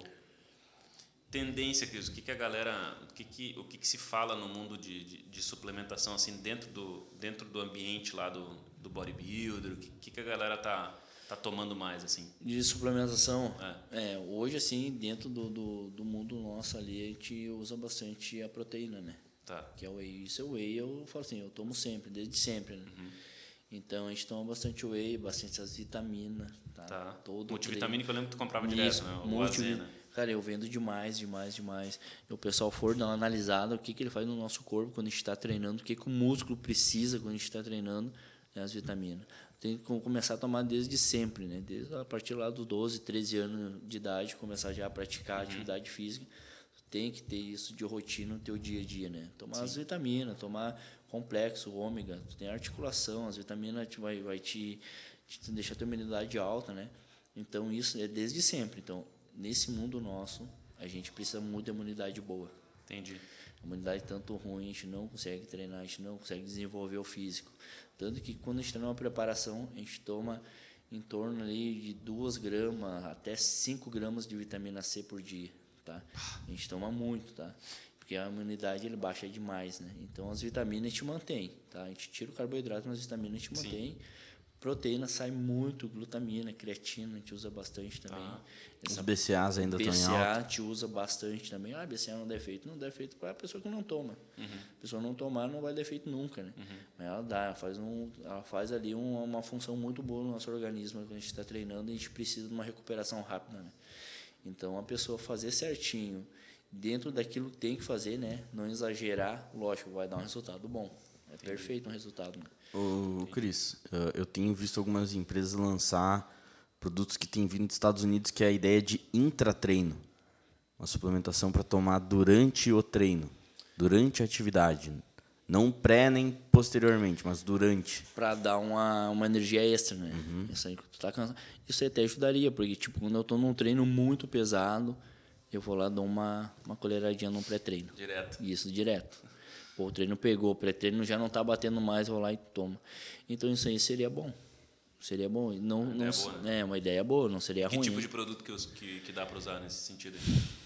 Tendência, Cris, o que, que a galera, o que, que, o que, que se fala no mundo de, de, de suplementação, assim, dentro do, dentro do ambiente lá do, do bodybuilder, o que, que, que a galera tá, tá tomando mais, assim? De suplementação, é. É, hoje, assim, dentro do, do, do mundo nosso ali, a gente usa bastante a proteína, né? Tá. Que é o whey. Isso é o whey, eu falo assim, eu tomo sempre, desde sempre, né? Uhum. Então, a gente toma bastante whey, bastante as vitaminas, tá? Tá. Todo multivitamina que eu lembro que tu comprava Isso, direto, né? O multi... Azena. Cara, eu vendo demais, demais, demais. E o pessoal for dar uma analisada, o que, que ele faz no nosso corpo quando a gente está treinando, o que, que o músculo precisa quando a gente está treinando, é as vitaminas. Tem que começar a tomar desde sempre, né? Desde a partir lá dos doze, treze anos de idade, começar já a praticar uhum. atividade física. Tem que ter isso de rotina no teu dia a dia, né? Tomar Sim. as vitaminas, tomar complexo, ômega, tu tem articulação, as vitaminas te vai, vai te, te deixar a tua imunidade alta, né? Então, isso é desde sempre. Então, nesse mundo nosso, a gente precisa muito de imunidade boa. Entendi. A imunidade tanto ruim, a gente não consegue treinar, a gente não consegue desenvolver o físico. Tanto que quando a gente está numa preparação, a gente toma em torno ali de duas gramas até cinco gramas de vitamina C por dia, tá? A gente toma muito, tá? Porque a imunidade ele baixa demais, né? Então as vitaminas a gente mantém, tá? A gente tira o carboidrato, mas as vitaminas a gente mantém. Sim. Proteína sai muito, glutamina, creatina, a gente usa bastante também. Ah, os B C As ainda estão em alta. B C A a gente usa bastante também. Ah, B C A não dá efeito. Não dá efeito para a pessoa que não toma. Uhum. A pessoa não tomar não vai dar efeito nunca, né? Uhum. Mas ela dá, ela faz, um, ela faz ali um, uma função muito boa no nosso organismo. Quando a gente está treinando, a gente precisa de uma recuperação rápida, né? Então, a pessoa fazer certinho, dentro daquilo que tem que fazer, né? Não exagerar, lógico, vai dar um resultado bom. É Entendi. Perfeito um resultado, né? Ô, Cris, eu tenho visto algumas empresas lançar produtos que têm vindo dos Estados Unidos, que é a ideia de intratreino. Uma suplementação para tomar durante o treino, durante a atividade. Não pré nem posteriormente, mas durante. Para dar uma, uma energia extra, né? Uhum. Isso aí, tu tá cansado. Isso aí até ajudaria, porque tipo, quando eu estou num treino muito pesado, eu vou lá dar uma, uma colheradinha no pré-treino. Direto. Isso, direto. Pô, o treino pegou, o pré-treino já não está batendo mais, vou lá e toma. Então isso aí seria bom. Seria bom. Não, uma não, ideia boa, né? É uma ideia boa, não seria que ruim. Que tipo de produto que, que, que dá para usar nesse sentido?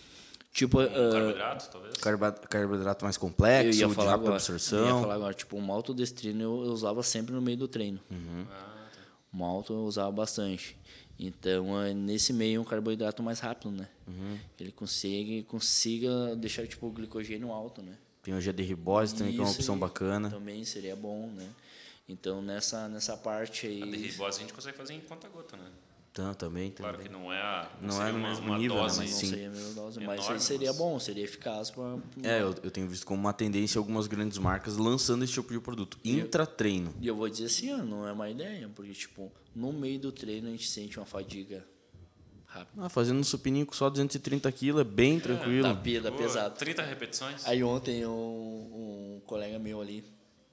Tipo, um uh, carboidrato, talvez? Carboidrato mais complexo, eu ia de falar rápida agora, absorção. Eu ia falar agora, tipo, um maltodestrina eu, eu usava sempre no meio do treino. Uhum. Ah, tá. O malto eu usava bastante. Então, é nesse meio, um carboidrato mais rápido, né? Uhum. Ele consiga, consiga deixar tipo, o glicogênio alto, né? Tem o G D ribose também, que é uma opção bacana. Também seria bom, né? Então, nessa, nessa parte aí... A de ribose a gente consegue fazer em conta-gota, né? Então, também, claro também. que não é, a, não não é no uma, mesmo uma nível, dose, né? mas não sim. seria a mesma dose, Enorme, mas seria mas... bom, seria eficaz para... É, eu, eu tenho visto como uma tendência algumas grandes marcas lançando esse tipo de produto. Intratreino. E eu vou dizer assim, ó, não é uma ideia, porque, tipo, no meio do treino a gente sente uma fadiga rápida. Ah, fazendo um supininho com só duzentos e trinta quilos, é bem é, tranquilo. Dá, dá pesado. trinta repetições. Aí ontem um, um colega meu ali,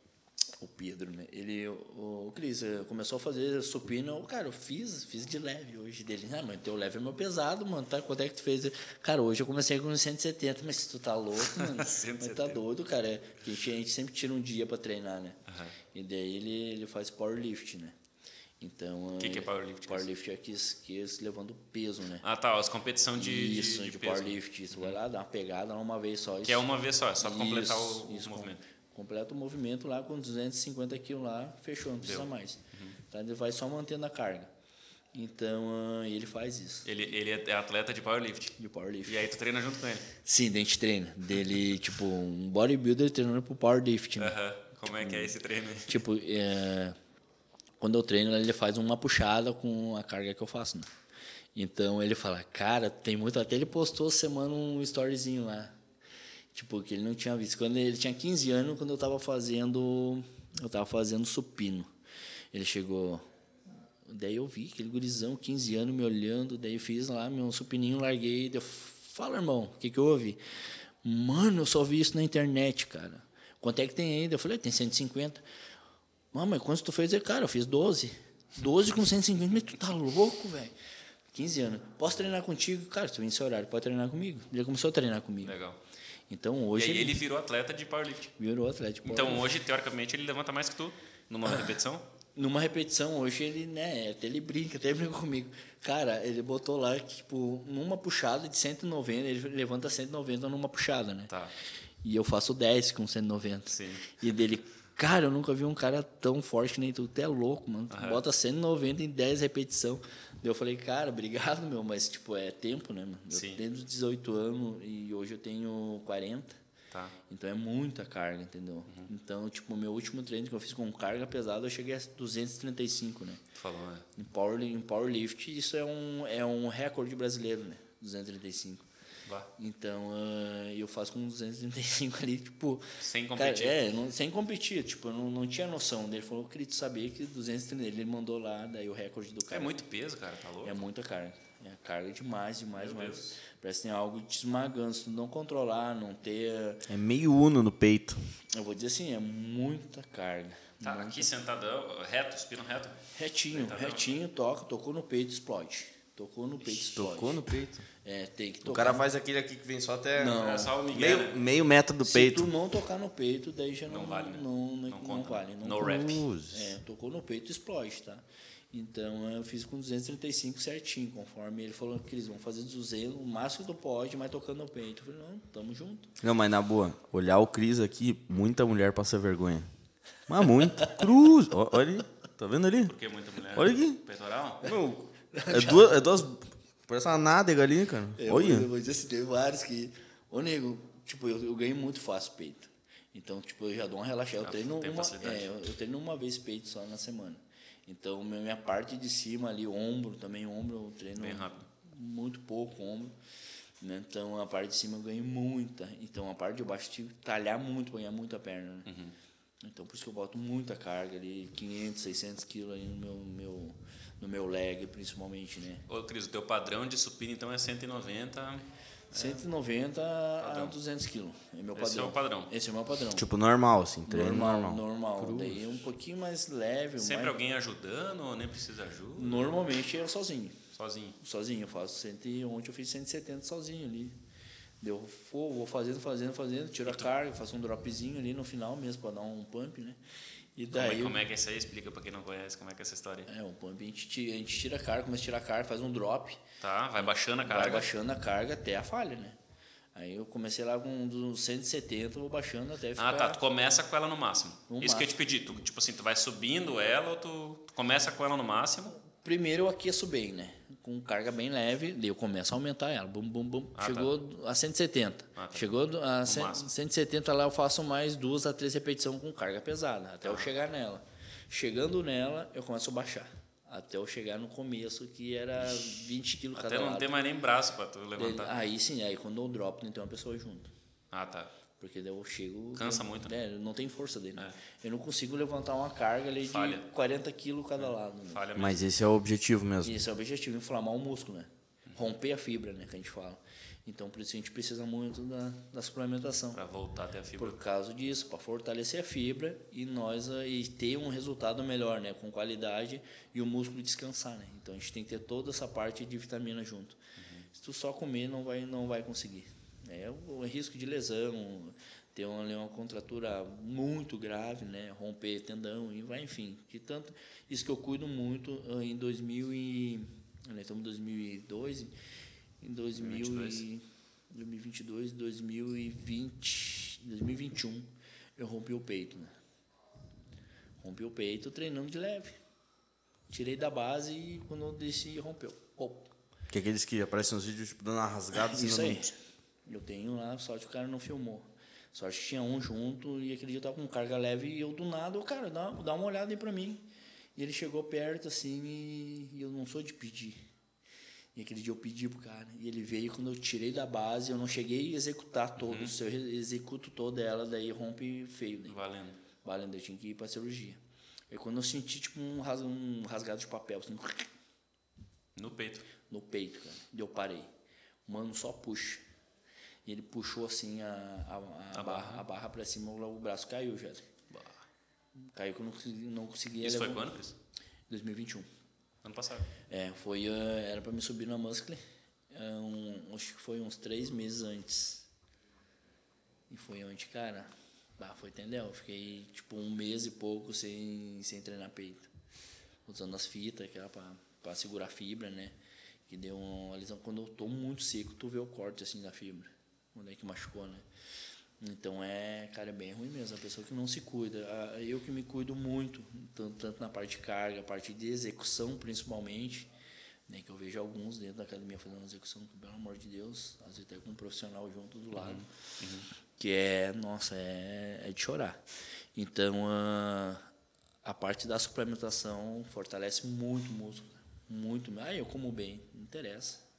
o Pedro, né? Ele, o, o Cris, começou a fazer supino. Cara, eu fiz, fiz de leve hoje dele. Ah, mas teu leve é meu pesado, mano. Tá, quanto é que tu fez? Cara, hoje eu comecei com cento e setenta, mas tu tá louco, mano. Mas tá doido, cara. É, que a, gente, a gente sempre tira um dia pra treinar, né? Uhum. E daí ele, ele faz powerlift, né? Então, o que, que é powerlift? Powerlift é que eles levando peso, né? Ah, tá. As competições de Isso, de, de, de powerlift. Isso, uhum. Vai lá, dá uma pegada uma vez só. Que isso, é uma vez só, é só isso, completar o, isso, o movimento. Completa o movimento lá com duzentos e cinquenta quilos lá, fechou, não precisa Deu. mais. Uhum. Tá? Ele vai só mantendo a carga. Então, uh, ele faz isso. Ele, ele é atleta de powerlift? De powerlift. E aí tu treina junto com ele? Sim, a gente treina. Dele, tipo, um bodybuilder treinando pro powerlift. Né? Uh-huh. Como é que é esse treino? Tipo, é, quando eu treino, ele faz uma puxada com a carga que eu faço. Né? Então ele fala, cara, tem muito. Até ele postou semana um storyzinho lá. Tipo, que ele não tinha visto. Quando ele tinha quinze anos, quando eu tava fazendo. Eu tava fazendo supino. Ele chegou. Daí eu vi aquele gurizão, quinze anos, me olhando. Daí eu fiz lá meu supininho, larguei. Daí eu fala, irmão, o que, que houve? Mano, eu só vi isso na internet, cara. Quanto é que tem ainda? Eu falei, tem cento e cinquenta. Mano, mas quanto tu fez? Eu, cara, eu fiz doze. doze com cento e cinquenta, mas tu tá louco, velho. quinze anos. Posso treinar contigo? Cara, se tu vem nesse horário, pode treinar comigo. Ele começou a treinar comigo. Legal. Então hoje. E aí ele, ele virou atleta de powerlifting. Virou atleta de powerlifting. Então hoje, teoricamente, ele levanta mais que tu numa repetição? Numa repetição, hoje ele, né, até ele brinca, até brinca comigo. Cara, ele botou lá que, tipo, numa puxada de cento e noventa, ele levanta cento e noventa numa puxada, né? Tá. E eu faço dez com cento e noventa. Sim. E dele, cara, eu nunca vi um cara tão forte que nem tu. Tu é louco, mano. Tu Uhum. bota cento e noventa em dez repetições. Daí eu falei, cara, obrigado, meu, mas, tipo, é tempo, né, mano? Eu Sim. tenho dezoito anos e hoje eu tenho quarenta. Tá. Então é muita carga, entendeu? Uhum. Então, tipo, o meu último treino que eu fiz com carga pesada, eu cheguei a duzentos e trinta e cinco, né? Tu falou, né? Em, power, em powerlift, isso é um, é um recorde brasileiro, né? duzentos e trinta e cinco. Bah. Então, uh, eu faço com duzentos e trinta e cinco ali, tipo... Sem competir. Cara, é, não, sem competir. Tipo, eu não, não tinha noção. Ele falou, eu queria saber que duzentos e trinta... Ele mandou lá, daí o recorde do cara. É muito peso, cara, tá louco? É muita carga. É carga demais, demais, Meu demais. Deus. Parece que tem algo te esmagando. Se tu não controlar, não ter... É meio uno no peito. Eu vou dizer assim, é muita carga. Tá, muita... aqui sentadão, reto, supino reto? Retinho, Sentadão. retinho, toca, tocou no peito, explode. Tocou no peito, explode. Tocou no peito. É, tem que tocar. O cara faz aquele aqui que vem só até Não. É só o Miguel, meio, né? meio metro do Se peito. tu não tocar no peito, daí já não, Não vale, né? Não, não, Não não conta, vale. né? Não No conta. rep. É, tocou no peito, explode, tá? Então, eu fiz com duzentos e trinta e cinco certinho, conforme ele falou que eles vão fazer duzentos, o máximo que tu pode, mas tocando no peito. Eu falei, não, tamo junto. Não, mas na boa, olhar o Cris aqui, muita mulher passa vergonha. Mas muito. Cruz. Ó, olha ali. Tá vendo ali? Porque muita mulher. Olha aqui. Peitoral? Meu, é duas, é duas. Parece uma nádega ali, cara. Eu, Olha. eu vou dizer assim, teve vários que... Ô, nego, tipo, eu, eu ganho muito fácil peito. Então, tipo, eu já dou uma relaxada. Eu Já treino tem uma, facilidade. é, eu, eu treino uma vez peito só na semana. Então, minha minha parte de cima ali, ombro, também ombro, eu treino Bem rápido. muito pouco ombro. Né? Então, a parte de cima eu ganho muita. Então, a parte de baixo eu tive que talhar muito, ganhar muita perna. Né? Uhum. Então, por isso que eu boto muita carga ali, quinhentos, seiscentos quilos ali no meu, meu, no meu leg, principalmente, né? Ô, Cris, o teu padrão de supino, então, é cento e noventa. cento e noventa a Padrão. duzentos quilos. É meu Esse padrão. é o padrão. Esse é o meu padrão. Tipo, normal, assim. Treino normal, normal. normal. Daí um pouquinho mais leve. Sempre mais... alguém ajudando ou nem precisa de ajuda? Normalmente eu sozinho. Sozinho. Sozinho, eu faço cento e ontem eu fiz cento e setenta sozinho ali. Deu, vou, vou fazendo, fazendo, fazendo, tiro a carga, faço um dropzinho ali no final mesmo para dar um pump, né? E Como é, daí como é que é isso aí? Explica pra quem não conhece como é que é essa história. é um pump, a gente, tira, a gente tira a carga, começa a tirar a carga, faz um drop, Tá, vai baixando a vai carga. baixando a carga até a falha, né? Aí eu comecei lá com uns cento e setenta, vou baixando até ficar... Ah, tá. Tu começa com ela no máximo. No Isso que eu te pedi. Tu, tipo assim, tu vai subindo ela ou tu, tu começa com ela no máximo? Primeiro eu aqueço bem, né? Com carga bem leve, daí eu começo a aumentar ela. Bum, bum, bum. Ah, Chegou a cento e setenta. Ah, tá. Chegou a cem- máximo. cento e setenta lá, eu faço mais duas a três repetições com carga pesada, até eu chegar nela. Chegando nela, eu começo a baixar. Até eu chegar no começo, que era vinte quilos cada Até não lado. tem mais nem braço pra tu Daí- levantar. Aí sim, aí quando eu drop, não tem uma pessoa junto. Ah, tá. Porque daí eu chego... Cansa muito, né? Não tem força dele. né? É. Eu não consigo levantar uma carga ali Falha. de quarenta quilos cada lado. Né? Falha mesmo. Mas esse é o objetivo mesmo. E esse é o objetivo, inflamar o músculo, né? Romper a fibra, né, que a gente fala. Então, por isso a gente precisa muito da, da suplementação. Pra voltar até a fibra. Por causa disso, para fortalecer a fibra e nós ah, e ter um resultado melhor, né, com qualidade e o músculo descansar, né? Então a gente tem que ter toda essa parte de vitamina junto. Uhum. Se tu só comer, não vai não vai conseguir. É o, o risco de lesão, ter uma, uma contratura muito grave, né, romper tendão e vai, enfim, que tanto isso que eu cuido muito ah, em dois mil e nós estamos em dois mil e doze, em dois mil e vinte e dois, dois mil e vinte, dois mil e vinte e um, eu rompi o peito, né? Rompi o peito treinando de leve. Tirei da base e quando eu desci, rompeu. Pô. Que é aqueles que aparecem nos vídeos, tipo, dando uma rasgada. assim, Isso dando- aí. Eu tenho lá, sorte que o cara não filmou. Sorte que tinha um junto e aquele dia eu tava com carga leve e eu do nada, o cara, dá, dá uma olhada aí pra mim. E ele chegou perto assim e, e eu não sou de pedir. E aquele dia eu pedi pro cara. E ele veio, quando eu tirei da base, eu não cheguei a executar todo. Uhum. Se eu executo toda ela, daí rompe feio. Daí. Valendo. Valendo, eu tinha que ir pra cirurgia. E quando eu senti, tipo, um, ras, um rasgado de papel, assim... No peito. No peito, cara. E eu parei. Mano, só puxa. E ele puxou, assim, a, a, a, a barra, barra. a barra pra cima, o braço caiu já. Bah. Caiu que eu não, não conseguia... Isso levar. foi quando, Cris? dois mil e vinte e um. Ano passado. É, foi, uh, era pra me subir na Muscle, uh, um, acho que foi uns três meses antes. E foi onde, cara, bah, foi entendeu? Eu fiquei tipo um mês e pouco sem, sem treinar peito. Usando as fitas, que era pra, pra segurar a fibra, né? Que deu uma lesão. Quando eu tô muito seco, tu vê o corte assim da fibra. Onde é que machucou, né? Então é, cara, é bem ruim mesmo, a pessoa que não se cuida. Eu que me cuido muito, tanto, tanto na parte de carga, a parte de execução principalmente, né, que eu vejo alguns dentro da academia fazendo execução, que, pelo amor de Deus, às vezes até com um profissional junto do lado, uhum. Uhum. que é, nossa, é, é de chorar. Então a, a parte da suplementação fortalece muito o músculo, muito. Ah, eu como bem, não interessa.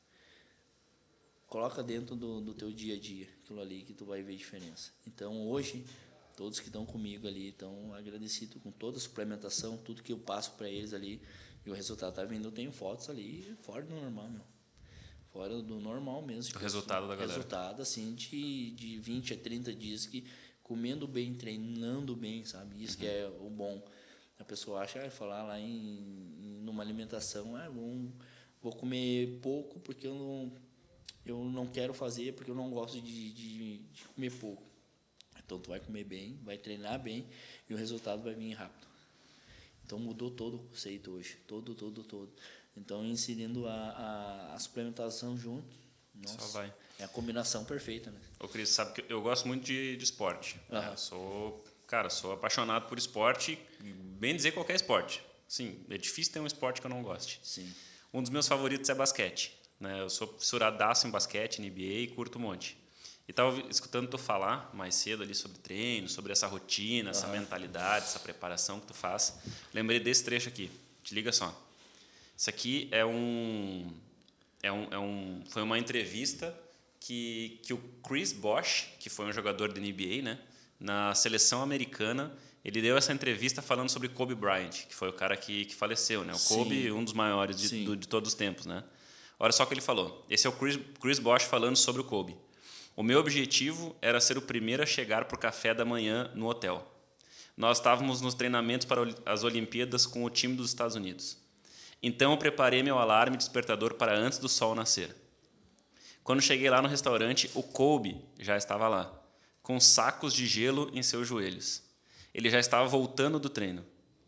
Coloca dentro do, do teu dia a dia, aquilo ali que tu vai ver diferença. Então, hoje, todos que estão comigo ali estão agradecidos com toda a suplementação, tudo que eu passo para eles ali, e o resultado tá vindo. Eu tenho fotos ali fora do normal, meu. Fora do normal mesmo. O resultado assim, da galera. Resultado, assim, de, de vinte a trinta dias que comendo bem, treinando bem, sabe? Isso uhum. que é o bom. A pessoa acha, ah, falar lá em, em numa alimentação, ah, vou, vou comer pouco porque eu não... eu não quero fazer porque eu não gosto de, de, de comer pouco. Então, tu vai comer bem, vai treinar bem e o resultado vai vir rápido. Então, mudou todo o conceito hoje. Todo, todo, todo. Então, inserindo a, a, a suplementação junto, nossa, só vai. É a combinação perfeita, né? Ô, Cris, sabe que eu gosto muito de, de esporte. Uhum. Eu sou, cara, sou apaixonado por esporte, bem dizer qualquer esporte. Sim, é difícil ter um esporte que eu não goste. Sim. Um dos meus favoritos é basquete. Né? Eu sou fissuradaço em basquete, N B A e curto um monte. E estava escutando tu falar mais cedo ali sobre treino, sobre essa rotina, essa uhum. mentalidade, essa preparação que tu faz. Lembrei desse trecho aqui. Te liga só. Isso aqui é um, é um, é um foi uma entrevista que, que o Chris Bosh, que foi um jogador da N B A, né, na seleção americana, ele deu essa entrevista falando sobre Kobe Bryant, que foi o cara que, que faleceu, né? O Sim. Kobe, um dos maiores de, do, de todos os tempos, né? Olha só o que ele falou. Esse é o Chris, Chris Bosh falando sobre o Kobe. O meu objetivo era ser o primeiro a chegar para o café da manhã no hotel. Nós estávamos nos treinamentos para as Olimpíadas com o time dos Estados Unidos. Então eu preparei meu alarme despertador para antes do sol nascer. Quando cheguei lá no restaurante, o Kobe já estava lá, com sacos de gelo em seus joelhos. Ele já estava voltando do treino.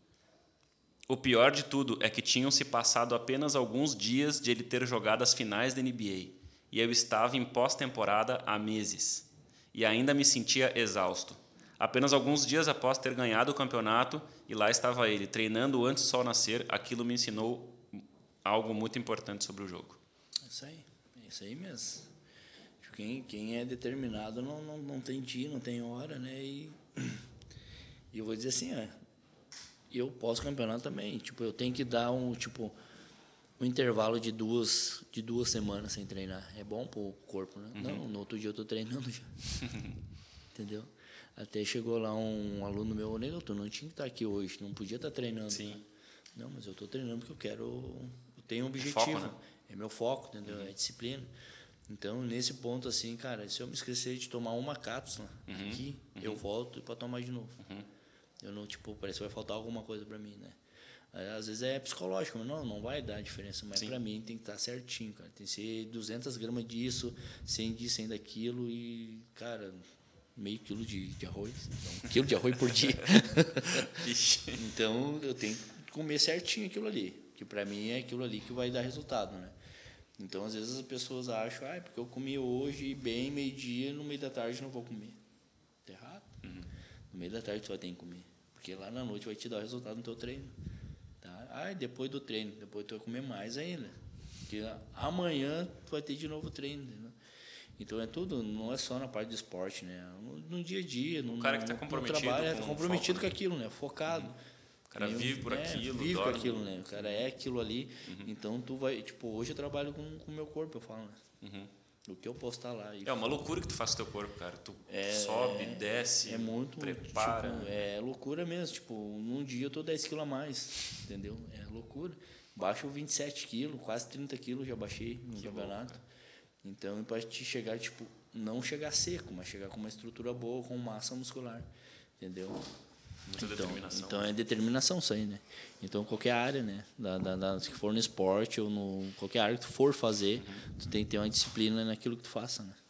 O pior de tudo é que tinham se passado apenas alguns dias de ele ter jogado as finais da N B A, e eu estava em pós-temporada há meses, e ainda me sentia exausto. Apenas alguns dias após ter ganhado o campeonato, e lá estava ele, treinando antes do sol nascer, aquilo me ensinou algo muito importante sobre o jogo. Isso aí, isso aí mesmo. Quem, quem é determinado não, não, não tem dia, não tem hora, né? E, e eu vou dizer assim, ó, eu pós-campeonato também, tipo, eu tenho que dar um, tipo, um intervalo de duas, de duas semanas sem treinar. É bom pro corpo, né? Uhum. Não, no outro dia eu tô treinando já. Entendeu? Até chegou lá um aluno meu, Nego, tu não tinha que estar aqui hoje, não podia estar treinando. Sim. Né? Não, mas eu tô treinando porque eu quero, eu tenho um objetivo. É, foco, né? É meu foco, entendeu? Uhum. É disciplina. Então, nesse ponto, assim, cara, se eu me esquecer de tomar uma cápsula uhum. aqui, uhum. eu volto para tomar de novo. Uhum. Eu não, tipo, parece que vai faltar alguma coisa para mim, né? Às vezes é psicológico, mas não, não vai dar diferença, mas para mim tem que estar certinho, cara. Tem que ser duzentas gramas disso, cem disso, cem daquilo e, cara, meio quilo de, de arroz. Então, um quilo de arroz por dia. Então, eu tenho que comer certinho aquilo ali, que para mim é aquilo ali que vai dar resultado, né? Então, às vezes as pessoas acham, ah, porque eu comi hoje bem, meio-dia, no meio da tarde não vou comer. Tá errado. Uhum. No meio da tarde tu vai ter que comer, porque lá na noite vai te dar o resultado no teu treino. Tá? Ah, depois do treino, depois tu vai comer mais ainda. Porque amanhã tu vai ter de novo treino. Né? Então é tudo, não é só na parte do esporte, né? No, no dia a dia, no, o cara que no, tá comprometido no trabalho, com é comprometido foco, com aquilo, né? Focado. Uhum. cara Nem- vive por é, aquilo, vive dorme. por aquilo, né? O cara é aquilo ali. Então tu vai, tipo, hoje eu trabalho com o meu corpo, eu falo, né? Uhum. O que eu postar lá. E É uma loucura que tu faz com teu corpo, cara. Tu sobe, desce, é muito, prepara. tipo, é loucura mesmo. Tipo, num dia eu tô dez quilos a mais, entendeu? É loucura. Baixo vinte e sete quilos, quase trinta quilos já baixei no Que campeonato. louco, Então, para te chegar, tipo, não chegar seco, mas chegar com uma estrutura boa, com massa muscular, entendeu? Muita Então, determinação. então é determinação isso aí, né? Então, qualquer área, né? Da, da, da, se for no esporte ou no qualquer área que tu for fazer, Uhum. tu tem que ter uma disciplina naquilo que tu faça, né?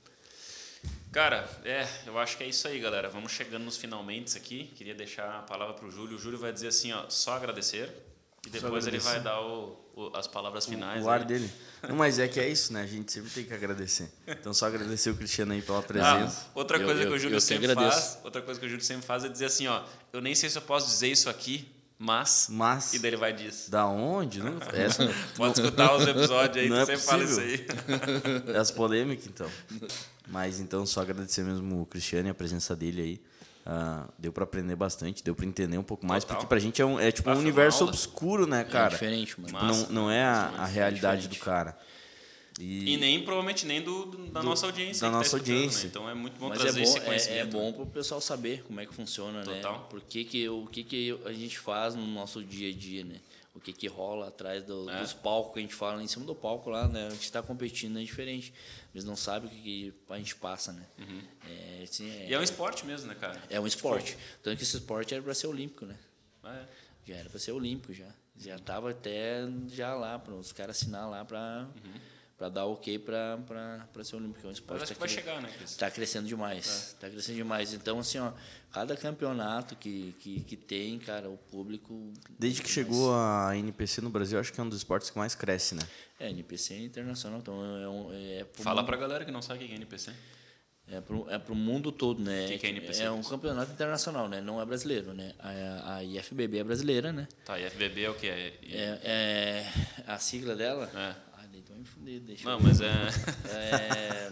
Cara, é, eu acho que é isso aí, galera. Vamos chegando nos finalmente aqui. Queria deixar a palavra pro Júlio. O Júlio vai dizer assim, ó, só agradecer. E depois ele vai dar o, o- as palavras finais. O ar aí. dele. Não, mas é que é isso, né? A gente sempre tem que agradecer. Então, só agradecer o Cristiano aí pela Ah, presença. outra Eu- coisa eu- que o eu Júlio que sempre agradeço. faz, outra coisa que o Júlio sempre faz é dizer assim, ó, eu nem sei se eu posso dizer isso aqui, mas, Mas, e daí ele vai disso. da onde? Não, essa, Pode escutar os episódios aí, Não tu é sempre fala isso possível. aí. as polêmicas, então. Mas, então, só agradecer mesmo o Cristiano e a presença dele aí. Ah, deu pra aprender bastante, deu pra entender um pouco mais, Total. porque pra gente é, um, é tipo Ah, um foi uma universo aula. obscuro, né, cara? É diferente, mano. Tipo, Massa, não, não é a, a realidade diferente. do cara. E, E nem, provavelmente, nem do, do- da Do- nossa audiência. da que tá nossa escutando, audiência. Né? Então é muito bom Mas é trazer bom, esse é, é conhecimento. bom pro pessoal saber como é que funciona, Total. né? Por que que, o que que a gente faz no nosso dia a dia, né? O que que rola atrás do- É. dos palcos que a gente fala, em cima do palco lá, né? A gente tá competindo, é diferente. Eles não sabem o que, que a gente passa, né? É, assim, é, E é um esporte mesmo, né, cara? é um esporte. Tanto que esse esporte era para ser olímpico, né? Ah, é. Já era para ser olímpico, já. Já tava até já lá, para os caras assinar lá para para dar ok para ser olímpico. É um esporte Mas acho que tá vai cre- chegar, né, Cris? tá crescendo demais. Tá crescendo demais. Então, assim, ó, cada campeonato que, que, que tem, cara, o público... desde que chegou a N P C no Brasil, acho que é um dos esportes que mais cresce, né? É, N P C é internacional, então é, um, é pro Fala mundo, pra galera que não sabe o que é N P C. é pro, é pro mundo todo, né? Que que é N P C, É um Cris? campeonato internacional, né? Não é brasileiro, né? A, a I F B B é brasileira, né? Tá, e F B B é o que? É, É, é a sigla dela? É. Ah, daí tu vai me fuder, deixa Não, eu mas é... É,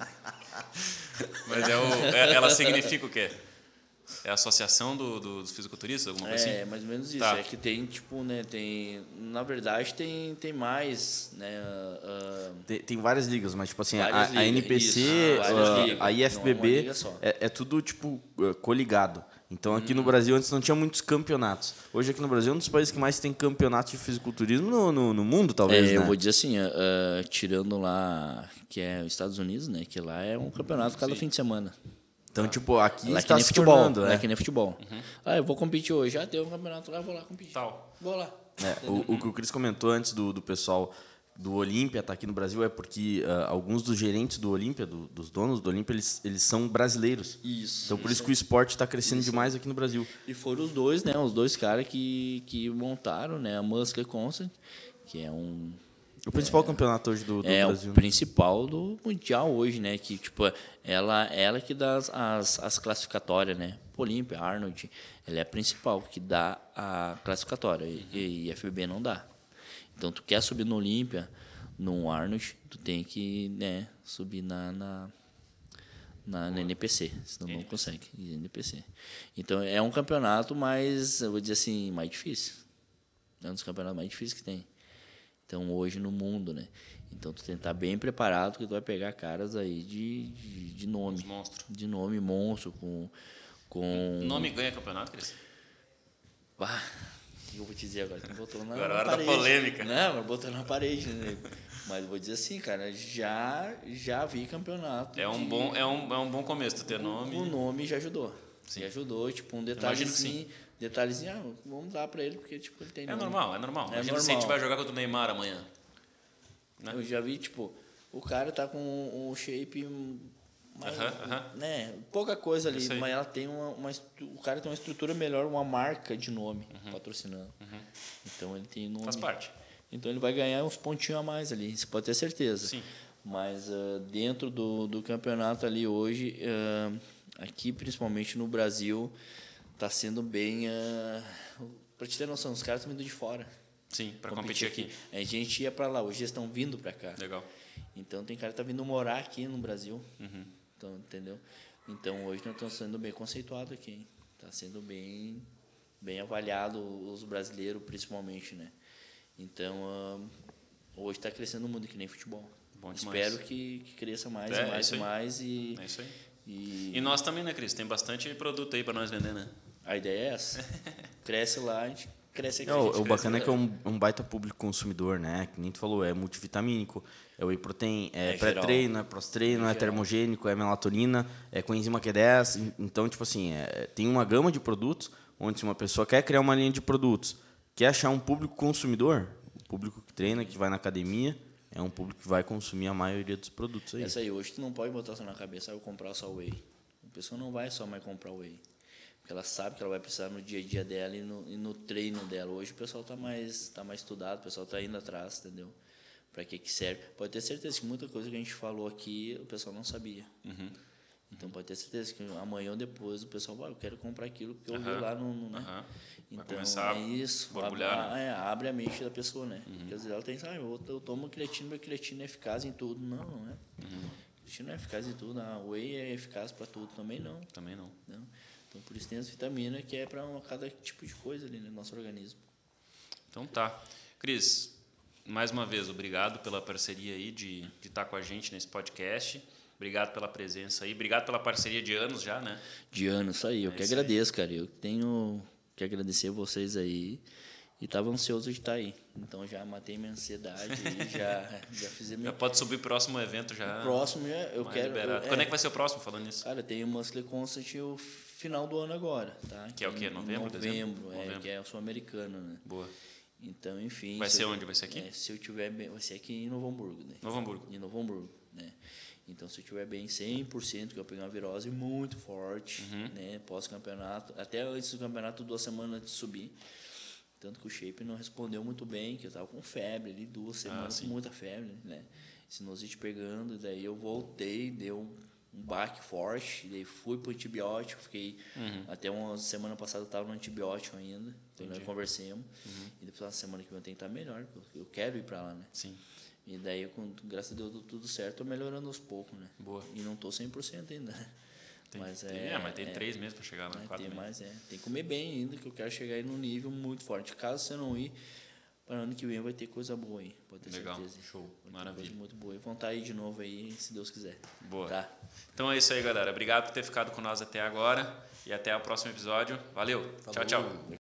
mas é o... é- ela significa o quê? É a associação do, do- dos fisiculturistas, alguma coisa é assim? mais ou menos isso. Tá. É que tem, tipo, né? Tem. Na verdade, tem, tem mais, né? ah, Tem, tem várias ligas, mas tipo assim, a, Várias a ligas, N P C, isso, várias a, ligas, a não é uma I F B B liga só. é, é tudo tipo uh, coligado. Então aqui no Hum. Brasil antes não tinha muitos campeonatos. Hoje aqui no Brasil é um dos países que mais tem campeonatos de fisiculturismo no, no, no mundo, talvez, é, né? eu vou dizer assim, ah, ah, tirando lá, que é os Estados Unidos, né? Que lá é um campeonato cada fim de semana. Então, tipo, aqui Lá é que está nem se futebol. tornando, Lá né? é que nem futebol. Ah, eu vou competir hoje. Ah, tem um campeonato lá, eu vou lá competir. Tal. Vou lá. É, o, o que o Cris comentou antes do, do pessoal do Olímpia estar aqui no Brasil é porque ah, alguns dos gerentes do Olímpia, do- dos donos do Olímpia, eles, eles são brasileiros. Isso. Então, por isso que o esporte está crescendo demais aqui no Brasil. E foram os dois, né? Os dois caras que, que montaram, né? A Muscle Constant, que é um O principal campeonato hoje do, do é Brasil. o né? principal do mundial hoje, né? Que tipo ela ela que dá as, as, as classificatórias, né? Olímpia, Arnold, ela é a principal que dá a classificatória e, e F B B não dá. Então tu quer subir no Olímpia, no Arnold, tu tem que, né? Subir na, na na, na N P C, senão não consegue. N P C. Então é um campeonato mais, eu vou dizer assim, mais difícil. É um dos campeonatos mais difíceis que tem. Então hoje no mundo, né? Então tu tem que estar bem preparado, que tu vai pegar caras aí de, de, de nome. Os monstros. De nome, monstro, com. com... Nome ganha campeonato, Cris? Bah, o que eu vou te dizer agora? Tu botou na, Agora na é hora da parede. polêmica. Não, mas botou na parede, né? Mas eu vou dizer assim, cara, já, já vi campeonato. É um, de- bom, é, um, é um bom começo, tu ter nome. O nome já ajudou. Sim. Já ajudou, tipo, um Imagino que detalhezinho. Detalhezinho, ah, vamos dar pra ele, porque tipo, ele tem É nome. normal, é normal. É Imagina se a gente normal. vai jogar contra o Neymar amanhã. Né? Eu já vi, tipo, o cara tá com um shape mais, Aham, aham. né, pouca coisa ali, Isso aí. mas ela tem uma, uma estru- o cara tem uma estrutura melhor, uma marca de nome patrocinando. Então ele tem nome. Uhum. Faz parte. Então ele vai ganhar uns pontinhos a mais ali, você pode ter certeza. Sim. Mas ah, dentro do, do campeonato ali hoje, ah, aqui principalmente no Brasil, tá sendo bem. Uh, para te ter noção, os caras estão vindo de fora. Sim, para competir aqui. A gente ia para lá, hoje eles estão vindo para cá. Legal. Então tem cara que tá vindo morar aqui no Brasil. Uhum. Então, entendeu? Então hoje nós estamos sendo bem conceituados aqui. Hein? Tá sendo bem bem avaliado, os brasileiros principalmente, né? Então, uh, hoje está crescendo muito que nem futebol. Bom demais. Espero que, que cresça mais É, e mais é e mais. E, é isso aí. E, e nós também, né, Cris? Tem bastante produto aí para nós vender, né? A ideia é essa. Cresce lá, a gente cresce aqui. É, o, gente o cresce bacana lá. é que é um, um baita público consumidor, né? Que nem tu falou, é multivitamínico, é whey protein, é, É pré-treino, geral. é pós-treino, É é geral. termogênico, é melatonina, é coenzima Q dez. Então, tipo assim, é, tem uma gama de produtos onde se uma pessoa quer criar uma linha de produtos, quer achar um público consumidor, o público que treina, que vai na academia, é um público que vai consumir a maioria dos produtos aí. Essa aí, hoje tu não pode botar só na cabeça, eu comprar só whey. A pessoa não vai só mais comprar whey. Porque ela sabe que ela vai precisar no dia a dia dela e no, e no treino dela. Hoje o pessoal está mais, tá mais estudado, o pessoal está indo atrás, entendeu? Para que que serve. Pode ter certeza que muita coisa que a gente falou aqui, o pessoal não sabia. Uhum. Então pode ter certeza que amanhã ou depois o pessoal vai, eu quero comprar aquilo que eu vi Aham. lá no... no né? Aham. Vai Então começar é isso, a borbulhar, abre, né? é, abre a mente da pessoa, né? Porque às vezes ela tem, ah, eu, eu tomo creatina, porque creatina é eficaz em tudo. Não, não é. Uhum. Creatina não é eficaz em tudo, a whey é eficaz para tudo também não. Também não. não. Então por isso tem as vitaminas que é para cada tipo de coisa ali no nosso organismo. Então tá. Cris, mais uma vez, obrigado pela parceria aí de estar de tá com a gente nesse podcast. Obrigado pela presença aí. Obrigado pela parceria de anos já, né? De anos, isso aí. Eu É que isso agradeço, cara. Eu tenho que agradecer vocês aí. E estava ansioso de estar aí. Então já matei minha ansiedade e já, já fiz a Já minha... pode subir o próximo evento já. Próximo, já, eu mais quero... liberado. eu- Quando é que vai ser o próximo, falando nisso? Cara, tem o Muscle Constant o final do ano agora, tá? Que é o quê? em Novembro, Novembro, dezembro? é, Novembro. que é o sul-americano, né? Boa. Então, enfim... Vai se ser eu- onde? Vai ser aqui? É, se eu tiver bem... Vai ser aqui em Novo Hamburgo, né? Novo Hamburgo. Em Novo Hamburgo, né? Então, se eu tiver bem cem por cento, que eu peguei uma virose muito forte, Uhum. né? Pós-campeonato, até antes do campeonato, duas semanas de subir. Tanto que o shape não respondeu muito bem, que eu tava com febre ali, duas semanas sim. com muita febre, né? Sinusite pegando, daí eu voltei, deu um, um baque forte, daí fui pro antibiótico, fiquei Uhum. até uma semana passada eu tava no antibiótico ainda, então nós Entendi. conversemos. Uhum. E depois na semana que vem eu tenho que estar melhor, porque eu quero ir para lá, né? Sim. E daí, eu, com- graças a Deus, deu tudo certo, tô melhorando aos poucos, né? Boa. E não tô cem por cento ainda, né? Tem, mas tem, é, é, mas tem é, três meses para chegar lá. é, Quatro tem meses. mais, é. Tem que comer bem ainda, que eu quero chegar aí num nível muito forte. Caso você não ir, para ano que vem vai ter coisa boa aí, pode ter Legal, certeza. show, Vai ter maravilha. coisa muito boa. E vão estar aí de novo aí, se Deus quiser. Boa. Tá? Então é isso aí, galera. Obrigado por ter ficado com nós até agora. E até o próximo episódio. Valeu. Tchau, tchau.